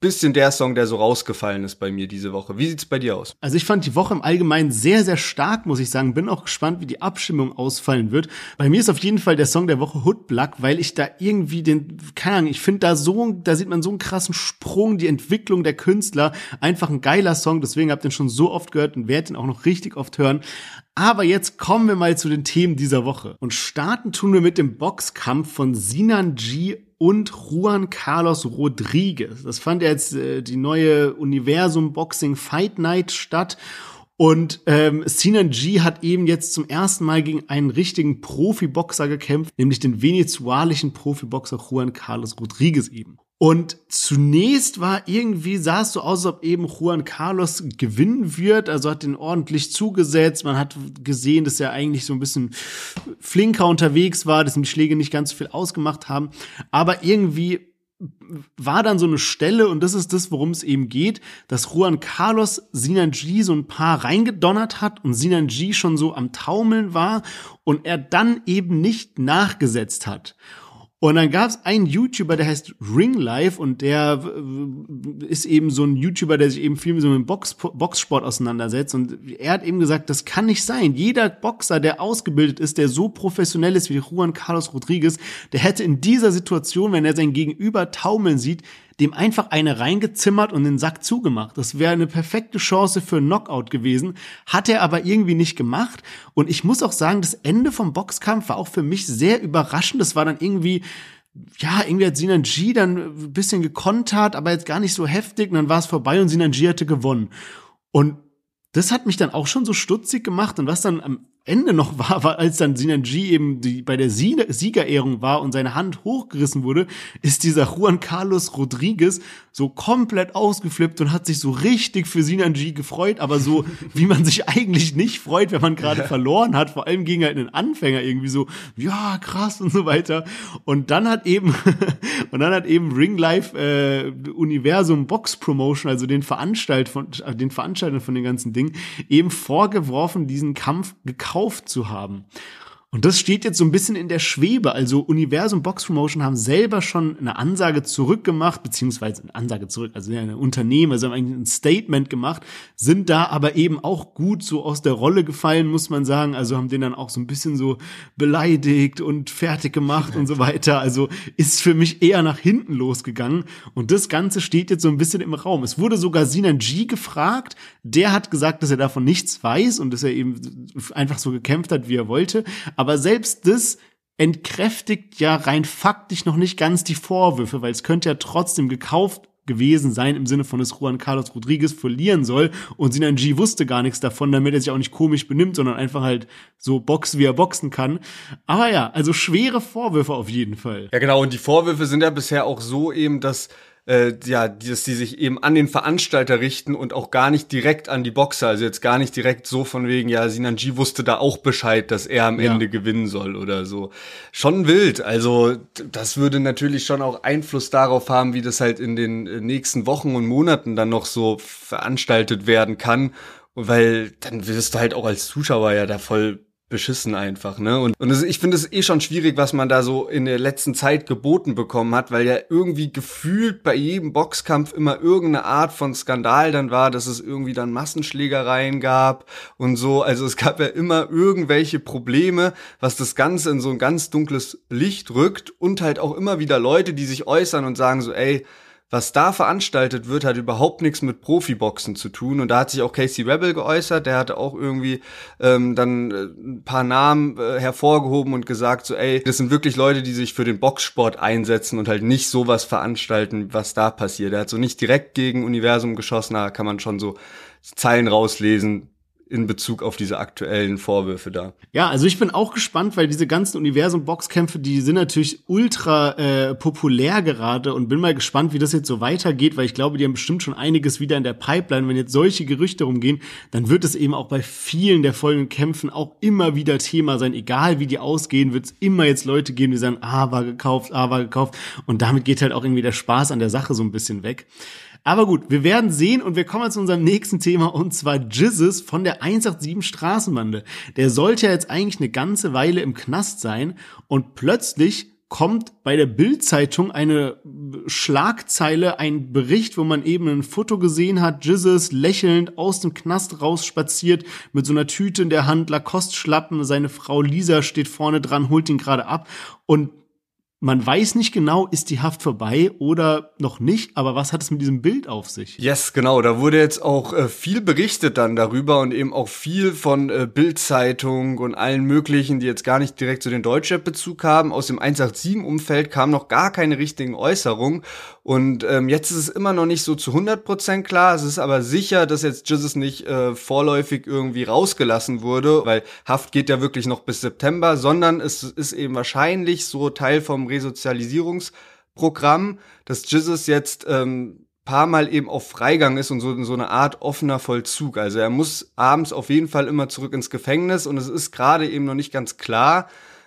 bisschen der Song, der so rausgefallen ist bei mir diese Woche. Wie sieht's bei dir aus? Also ich fand die Woche im Allgemeinen sehr, sehr stark, muss ich sagen. Bin auch gespannt, wie die Abstimmung ausfallen wird. Bei mir ist auf jeden Fall der Song der Woche Hoodblack, weil ich da irgendwie keine Ahnung, ich finde da sieht man so einen krassen Sprung, die Entwicklung der Künstler. Einfach ein geiler Song, deswegen habt ihr den schon so oft gehört und werdet ihn auch noch richtig oft hören. Aber jetzt kommen wir mal zu den Themen dieser Woche. Und starten tun wir mit dem Boxkampf von Sinan G und Juan Carlos Rodriguez. Das fand jetzt die neue Universum Boxing Fight Night statt. Und Sinan G hat eben jetzt zum ersten Mal gegen einen richtigen Profiboxer gekämpft, nämlich den venezuelischen Profiboxer Juan Carlos Rodriguez eben. Und zunächst sah es so aus, als ob eben Juan Carlos gewinnen wird, also hat den ordentlich zugesetzt. Man hat gesehen, dass er eigentlich so ein bisschen flinker unterwegs war, dass ihm die Schläge nicht ganz so viel ausgemacht haben. Aber irgendwie war dann so eine Stelle, und das ist das, worum es eben geht, dass Juan Carlos Sinan G so ein paar reingedonnert hat und Sinan G schon so am Taumeln war und er dann eben nicht nachgesetzt hat. Und dann gab es einen YouTuber, der heißt Ringlife, und der ist eben so ein YouTuber, der sich eben viel mit so einem Boxsport auseinandersetzt. Und er hat eben gesagt, das kann nicht sein. Jeder Boxer, der ausgebildet ist, der so professionell ist wie Juan Carlos Rodriguez, der hätte in dieser Situation, wenn er sein Gegenüber taumeln sieht, dem einfach eine reingezimmert und den Sack zugemacht. Das wäre eine perfekte Chance für einen Knockout gewesen. Hat er aber irgendwie nicht gemacht. Und ich muss auch sagen, das Ende vom Boxkampf war auch für mich sehr überraschend. Das war dann irgendwie hat Sinan G dann ein bisschen gekontert, aber jetzt gar nicht so heftig. Und dann war es vorbei und Sinan G hatte gewonnen. Und das hat mich dann auch schon so stutzig gemacht. Und was dann am Ende noch war, als dann Sinan G eben bei der Siegerehrung war und seine Hand hochgerissen wurde, ist dieser Juan Carlos Rodriguez so komplett ausgeflippt und hat sich so richtig für Sinan G gefreut, aber so, wie man sich eigentlich nicht freut, wenn man gerade verloren hat, vor allem gegen halt einen Anfänger irgendwie so, ja, krass und so weiter. Und dann hat eben Ringlife Universum Box Promotion, also den Veranstalter von den ganzen Dingen, eben vorgeworfen, diesen Kampf gekauft zu haben. Und das steht jetzt so ein bisschen in der Schwebe. Also Universum Box Promotion haben selber schon eine Ansage zurückgemacht, beziehungsweise eine Ansage zurück, also ein Unternehmen, also haben eigentlich ein Statement gemacht, sind da aber eben auch gut so aus der Rolle gefallen, muss man sagen. Also haben den dann auch so ein bisschen so beleidigt und fertig gemacht und so weiter. Also ist für mich eher nach hinten losgegangen. Und das Ganze steht jetzt so ein bisschen im Raum. Es wurde sogar Sinan G gefragt. Der hat gesagt, dass er davon nichts weiß und dass er eben einfach so gekämpft hat, wie er wollte. Aber selbst das entkräftigt ja rein faktisch noch nicht ganz die Vorwürfe, weil es könnte ja trotzdem gekauft gewesen sein, im Sinne von, dass Juan Carlos Rodriguez verlieren soll und Sinan G wusste gar nichts davon, damit er sich auch nicht komisch benimmt, sondern einfach halt so boxt, wie er boxen kann. Aber ja, also schwere Vorwürfe auf jeden Fall. Ja genau, und die Vorwürfe sind ja bisher auch so eben, dass die sich eben an den Veranstalter richten und auch gar nicht direkt an die Boxer, also jetzt gar nicht direkt so von wegen, ja, Sinan G wusste da auch Bescheid, dass er am Ende gewinnen soll oder so. Schon wild, also das würde natürlich schon auch Einfluss darauf haben, wie das halt in den nächsten Wochen und Monaten dann noch so veranstaltet werden kann, weil dann wirst du halt auch als Zuschauer ja da voll beschissen einfach, ne? Und ich finde es schon schwierig, was man da so in der letzten Zeit geboten bekommen hat, weil ja irgendwie gefühlt bei jedem Boxkampf immer irgendeine Art von Skandal dann war, dass es irgendwie dann Massenschlägereien gab und so. Also es gab ja immer irgendwelche Probleme, was das Ganze in so ein ganz dunkles Licht rückt und halt auch immer wieder Leute, die sich äußern und sagen so, ey, was da veranstaltet wird, hat überhaupt nichts mit Profiboxen zu tun. Und da hat sich auch Casey Rebel geäußert, der hatte auch irgendwie dann ein paar Namen hervorgehoben und gesagt so, ey, das sind wirklich Leute, die sich für den Boxsport einsetzen und halt nicht sowas veranstalten, was da passiert. Er hat so nicht direkt gegen Universum geschossen, da kann man schon so Zeilen rauslesen in Bezug auf diese aktuellen Vorwürfe da. Ja, also ich bin auch gespannt, weil diese ganzen Universum-Boxkämpfe, die sind natürlich ultra populär gerade und bin mal gespannt, wie das jetzt so weitergeht, weil ich glaube, die haben bestimmt schon einiges wieder in der Pipeline. Wenn jetzt solche Gerüchte rumgehen, dann wird es eben auch bei vielen der folgenden Kämpfen auch immer wieder Thema sein. Egal wie die ausgehen, wird es immer jetzt Leute geben, die sagen, war gekauft. Und damit geht halt auch irgendwie der Spaß an der Sache so ein bisschen weg. Aber gut, wir werden sehen und wir kommen zu unserem nächsten Thema und zwar Jizzes von der 187 Straßenbande. Der sollte ja jetzt eigentlich eine ganze Weile im Knast sein und plötzlich kommt bei der Bild-Zeitung eine Schlagzeile, ein Bericht, wo man eben ein Foto gesehen hat, Jesus lächelnd aus dem Knast rausspaziert mit so einer Tüte in der Hand, Lacoste-Schlappen, seine Frau Lisa steht vorne dran, holt ihn gerade ab und man weiß nicht genau, ist die Haft vorbei oder noch nicht, aber was hat es mit diesem Bild auf sich? Yes, genau, da wurde jetzt auch viel berichtet dann darüber und eben auch viel von Bild-Zeitung und allen möglichen, die jetzt gar nicht direkt zu den Deutschrap-Bezug haben. Aus dem 187-Umfeld kam noch gar keine richtigen Äußerungen und jetzt ist es immer noch nicht so zu 100% klar. Es ist aber sicher, dass jetzt Jesus nicht vorläufig irgendwie rausgelassen wurde, weil Haft geht ja wirklich noch bis September, sondern es ist eben wahrscheinlich so Teil vom Resozialisierungsprogramm, dass Jesus jetzt paar Mal eben auf Freigang ist und so eine Art offener Vollzug. Also er muss abends auf jeden Fall immer zurück ins Gefängnis und es ist gerade eben noch nicht ganz klar,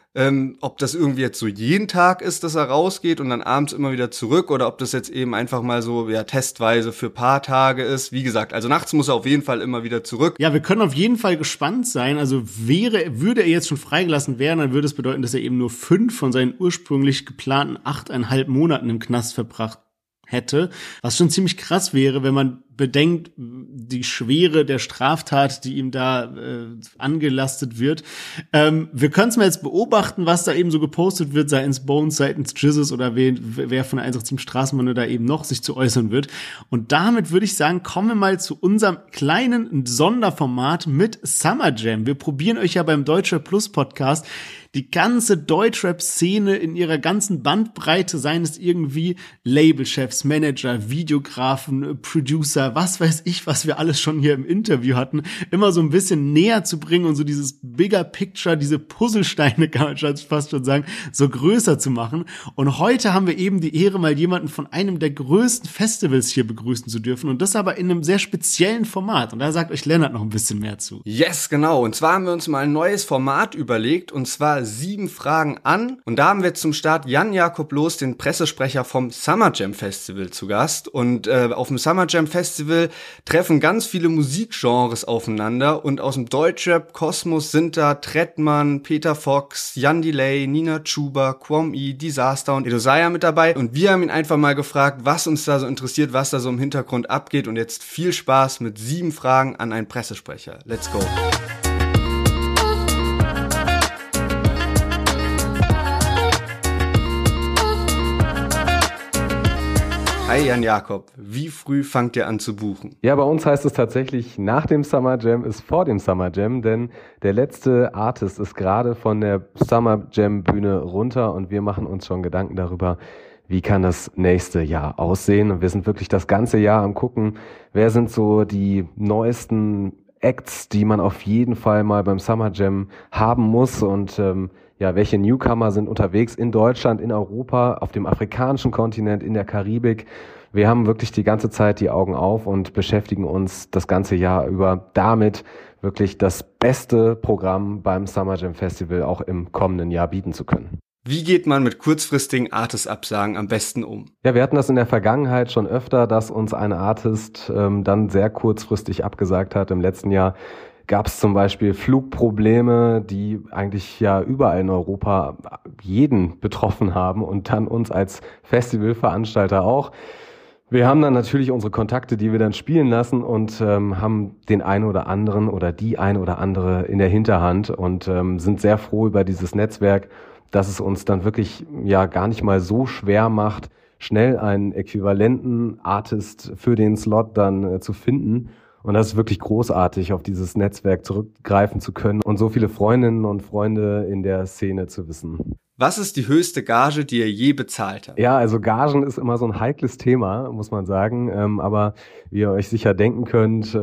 ob das irgendwie jetzt so jeden Tag ist, dass er rausgeht und dann abends immer wieder zurück oder ob das jetzt eben einfach mal so testweise für paar Tage ist. Wie gesagt, also nachts muss er auf jeden Fall immer wieder zurück. Ja, wir können auf jeden Fall gespannt sein. Also würde er jetzt schon freigelassen werden, dann würde es bedeuten, dass er eben nur 5 von seinen ursprünglich geplanten 8,5 Monaten im Knast verbracht hätte, was schon ziemlich krass wäre, wenn man bedenkt, die Schwere der Straftat, die ihm da angelastet wird. Wir können es mal jetzt beobachten, was da eben so gepostet wird, seitens Bones, seitens Jesus oder wer von der 187 Straßenbahn da eben noch sich zu äußern wird. Und damit würde ich sagen, kommen wir mal zu unserem kleinen Sonderformat mit Summer Jam. Wir probieren euch ja beim Deutschrap Plus Podcast die ganze Deutschrap-Szene in ihrer ganzen Bandbreite, seien es irgendwie Labelchefs, Manager, Videografen, Producer, was weiß ich, was wir alles schon hier im Interview hatten, immer so ein bisschen näher zu bringen und so dieses Bigger Picture, diese Puzzlesteine, kann man fast schon sagen, so größer zu machen. Und heute haben wir eben die Ehre, mal jemanden von einem der größten Festivals hier begrüßen zu dürfen und das aber in einem sehr speziellen Format. Und da sagt euch Lennart noch ein bisschen mehr zu. Yes, genau. Und zwar haben wir uns mal ein neues Format überlegt und zwar 7 Fragen an. Und da haben wir zum Start Jan Jakob Loos, den Pressesprecher vom Summer Jam Festival, zu Gast. Und auf dem Summer Jam Festival treffen ganz viele Musikgenres aufeinander. Und aus dem Deutschrap-Kosmos sind da Trettmann, Peter Fox, Jan Delay, Nina Chuba, Quom E, Disaster und Edosaya mit dabei. Und wir haben ihn einfach mal gefragt, was uns da so interessiert, was da so im Hintergrund abgeht. Und jetzt viel Spaß mit 7 Fragen an einen Pressesprecher. Let's go. Hi Jan Jakob, wie früh fangt ihr an zu buchen? Ja, bei uns heißt es tatsächlich, nach dem Summer Jam ist vor dem Summer Jam, denn der letzte Artist ist gerade von der Summer Jam Bühne runter und wir machen uns schon Gedanken darüber, wie kann das nächste Jahr aussehen. Und wir sind wirklich das ganze Jahr am gucken, wer sind so die neuesten Acts, die man auf jeden Fall mal beim Summer Jam haben muss und welche Newcomer sind unterwegs in Deutschland, in Europa, auf dem afrikanischen Kontinent, in der Karibik. Wir haben wirklich die ganze Zeit die Augen auf und beschäftigen uns das ganze Jahr über damit, wirklich das beste Programm beim Summer Jam Festival auch im kommenden Jahr bieten zu können. Wie geht man mit kurzfristigen Artist-Absagen am besten um? Ja, wir hatten das in der Vergangenheit schon öfter, dass uns ein Artist dann sehr kurzfristig abgesagt hat. Im letzten Jahr gab es zum Beispiel Flugprobleme, die eigentlich ja überall in Europa jeden betroffen haben und dann uns als Festivalveranstalter auch. Wir haben dann natürlich unsere Kontakte, die wir dann spielen lassen und haben den einen oder anderen oder die eine oder andere in der Hinterhand und sind sehr froh über dieses Netzwerk, dass es uns dann wirklich ja gar nicht mal so schwer macht, schnell einen äquivalenten Artist für den Slot dann zu finden. Und das ist wirklich großartig, auf dieses Netzwerk zurückgreifen zu können und so viele Freundinnen und Freunde in der Szene zu wissen. Was ist die höchste Gage, die ihr je bezahlt habt? Ja, also Gagen ist immer so ein heikles Thema, muss man sagen. Aber wie ihr euch sicher denken könnt,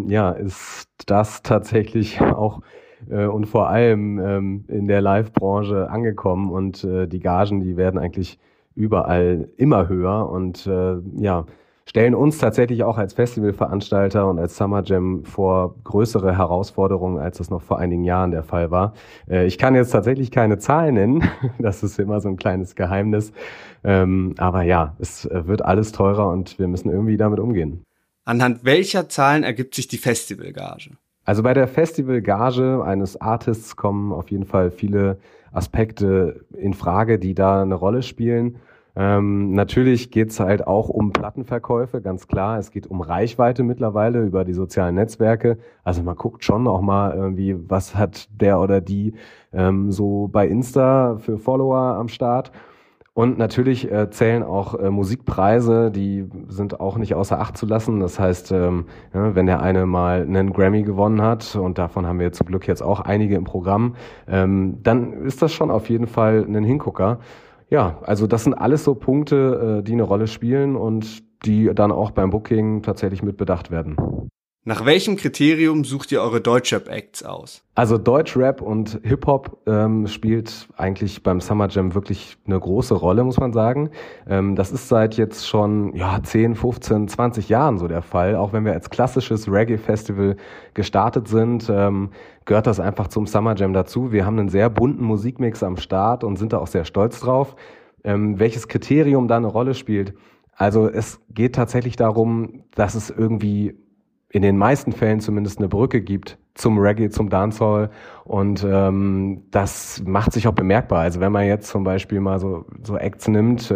ist das tatsächlich auch und vor allem in der Live-Branche angekommen. Und die Gagen, die werden eigentlich überall immer höher und stellen uns tatsächlich auch als Festivalveranstalter und als Summer Jam vor größere Herausforderungen, als das noch vor einigen Jahren der Fall war. Ich kann jetzt tatsächlich keine Zahlen nennen, das ist immer so ein kleines Geheimnis. Aber ja, es wird alles teurer und wir müssen irgendwie damit umgehen. Anhand welcher Zahlen ergibt sich die Festivalgage? Also bei der Festivalgage eines Artists kommen auf jeden Fall viele Aspekte in Frage, die da eine Rolle spielen. Natürlich geht's halt auch um Plattenverkäufe, ganz klar. Es geht um Reichweite mittlerweile über die sozialen Netzwerke. Also man guckt schon auch mal irgendwie, was hat der oder die so bei Insta für Follower am Start. Und natürlich zählen auch Musikpreise, die sind auch nicht außer Acht zu lassen. Das heißt, wenn der eine mal einen Grammy gewonnen hat, und davon haben wir zum Glück jetzt auch einige im Programm, dann ist das schon auf jeden Fall ein Hingucker. Ja, also das sind alles so Punkte, die eine Rolle spielen und die dann auch beim Booking tatsächlich mit bedacht werden. Nach welchem Kriterium sucht ihr eure Deutschrap-Acts aus? Also Deutschrap und Hip-Hop spielt eigentlich beim Summer Jam wirklich eine große Rolle, muss man sagen. Das ist seit jetzt schon 10, 15, 20 Jahren so der Fall. Auch wenn wir als klassisches Reggae-Festival gestartet sind, gehört das einfach zum Summer Jam dazu. Wir haben einen sehr bunten Musikmix am Start und sind da auch sehr stolz drauf. Welches Kriterium da eine Rolle spielt? Also es geht tatsächlich darum, dass es irgendwie in den meisten Fällen zumindest eine Brücke gibt zum Reggae, zum Dancehall, und das macht sich auch bemerkbar. Also wenn man jetzt zum Beispiel mal so Acts nimmt,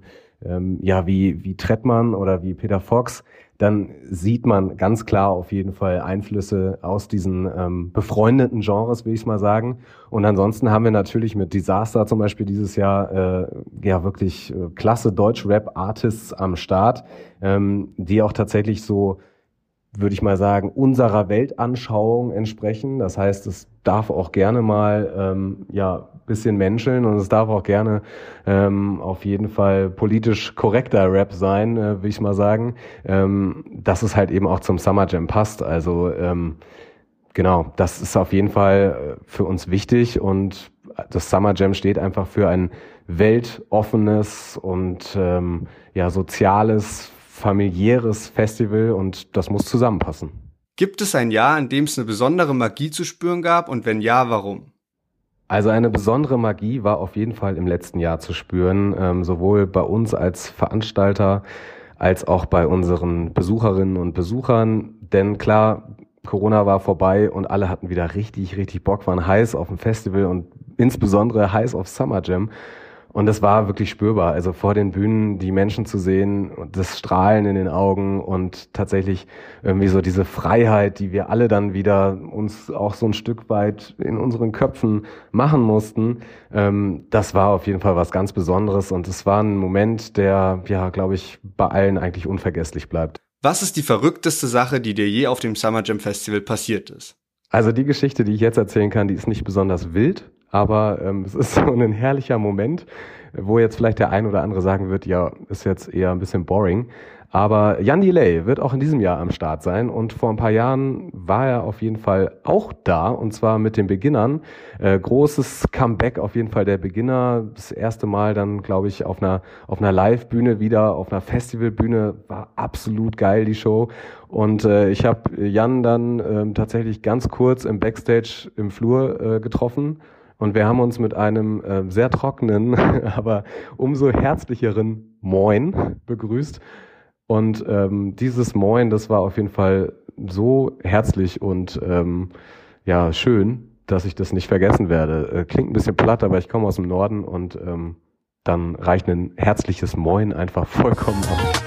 wie Trettmann oder wie Peter Fox, dann sieht man ganz klar auf jeden Fall Einflüsse aus diesen befreundeten Genres, will ich mal sagen. Und ansonsten haben wir natürlich mit Disaster zum Beispiel dieses Jahr wirklich klasse Deutsch-Rap-Artists am Start, die auch tatsächlich so, würde ich mal sagen, unserer Weltanschauung entsprechen. Das heißt, es darf auch gerne mal bisschen menscheln, und es darf auch gerne auf jeden Fall politisch korrekter Rap sein, will ich mal sagen, dass es halt eben auch zum Summer Jam passt. Also genau, das ist auf jeden Fall für uns wichtig, und das Summer Jam steht einfach für ein weltoffenes und soziales, familiäres Festival, und das muss zusammenpassen. Gibt es ein Jahr, in dem es eine besondere Magie zu spüren gab, und wenn ja, warum? Also eine besondere Magie war auf jeden Fall im letzten Jahr zu spüren, sowohl bei uns als Veranstalter als auch bei unseren Besucherinnen und Besuchern. Denn klar, Corona war vorbei und alle hatten wieder richtig, richtig Bock, waren heiß auf ein Festival und insbesondere heiß auf Summer Jam. Und das war wirklich spürbar. Also vor den Bühnen die Menschen zu sehen und das Strahlen in den Augen und tatsächlich irgendwie so diese Freiheit, die wir alle dann wieder uns auch so ein Stück weit in unseren Köpfen machen mussten, das war auf jeden Fall was ganz Besonderes. Und es war ein Moment, der, glaube ich, bei allen eigentlich unvergesslich bleibt. Was ist die verrückteste Sache, die dir je auf dem Summer Jam Festival passiert ist? Also die Geschichte, die ich jetzt erzählen kann, die ist nicht besonders wild. Aber es ist so ein herrlicher Moment, wo jetzt vielleicht der ein oder andere sagen wird, ja, ist jetzt eher ein bisschen boring. Aber Jan Delay wird auch in diesem Jahr am Start sein, und vor ein paar Jahren war er auf jeden Fall auch da, und zwar mit den Beginnern. Großes Comeback auf jeden Fall der Beginner. Das erste Mal dann, glaube ich, auf einer Live-Bühne wieder, auf einer Festivalbühne. War absolut geil, die Show. Und ich habe Jan dann tatsächlich ganz kurz im Backstage im Flur getroffen. Und wir haben uns mit einem sehr trockenen, aber umso herzlicheren Moin begrüßt. Und dieses Moin, das war auf jeden Fall so herzlich und schön, dass ich das nicht vergessen werde. Klingt ein bisschen platt, aber ich komme aus dem Norden, und dann reicht ein herzliches Moin einfach vollkommen aus.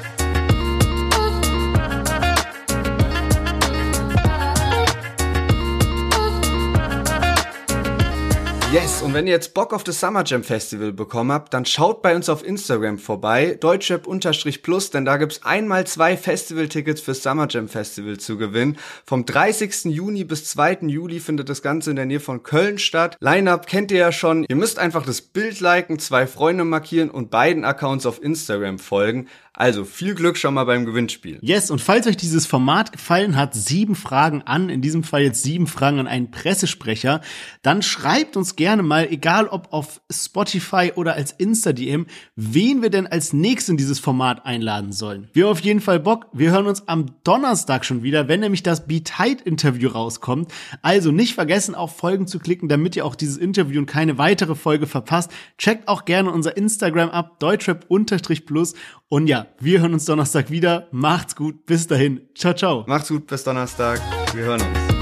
Yes, und wenn ihr jetzt Bock auf das Summer Jam Festival bekommen habt, dann schaut bei uns auf Instagram vorbei, Deutschrap_+, denn da gibt's 1x2 Festivaltickets fürs Summer Jam Festival zu gewinnen. Vom 30. Juni bis 2. Juli findet das Ganze in der Nähe von Köln statt. Line-Up kennt ihr ja schon. Ihr müsst einfach das Bild liken, 2 Freunde markieren und beiden Accounts auf Instagram folgen. Also viel Glück schon mal beim Gewinnspiel. Yes, und falls euch dieses Format gefallen hat, 7 Fragen an, in diesem Fall jetzt 7 Fragen an einen Pressesprecher, dann schreibt uns gerne mal, egal ob auf Spotify oder als Insta-DM, wen wir denn als nächstes in dieses Format einladen sollen. Wir haben auf jeden Fall Bock. Wir hören uns am Donnerstag schon wieder, wenn nämlich das Be Tight-Interview rauskommt. Also nicht vergessen, auf Folgen zu klicken, damit ihr auch dieses Interview und keine weitere Folge verpasst. Checkt auch gerne unser Instagram ab, Deutschrap_+. Und ja, wir hören uns Donnerstag wieder. Macht's gut. Bis dahin. Ciao, ciao. Macht's gut. Bis Donnerstag. Wir hören uns.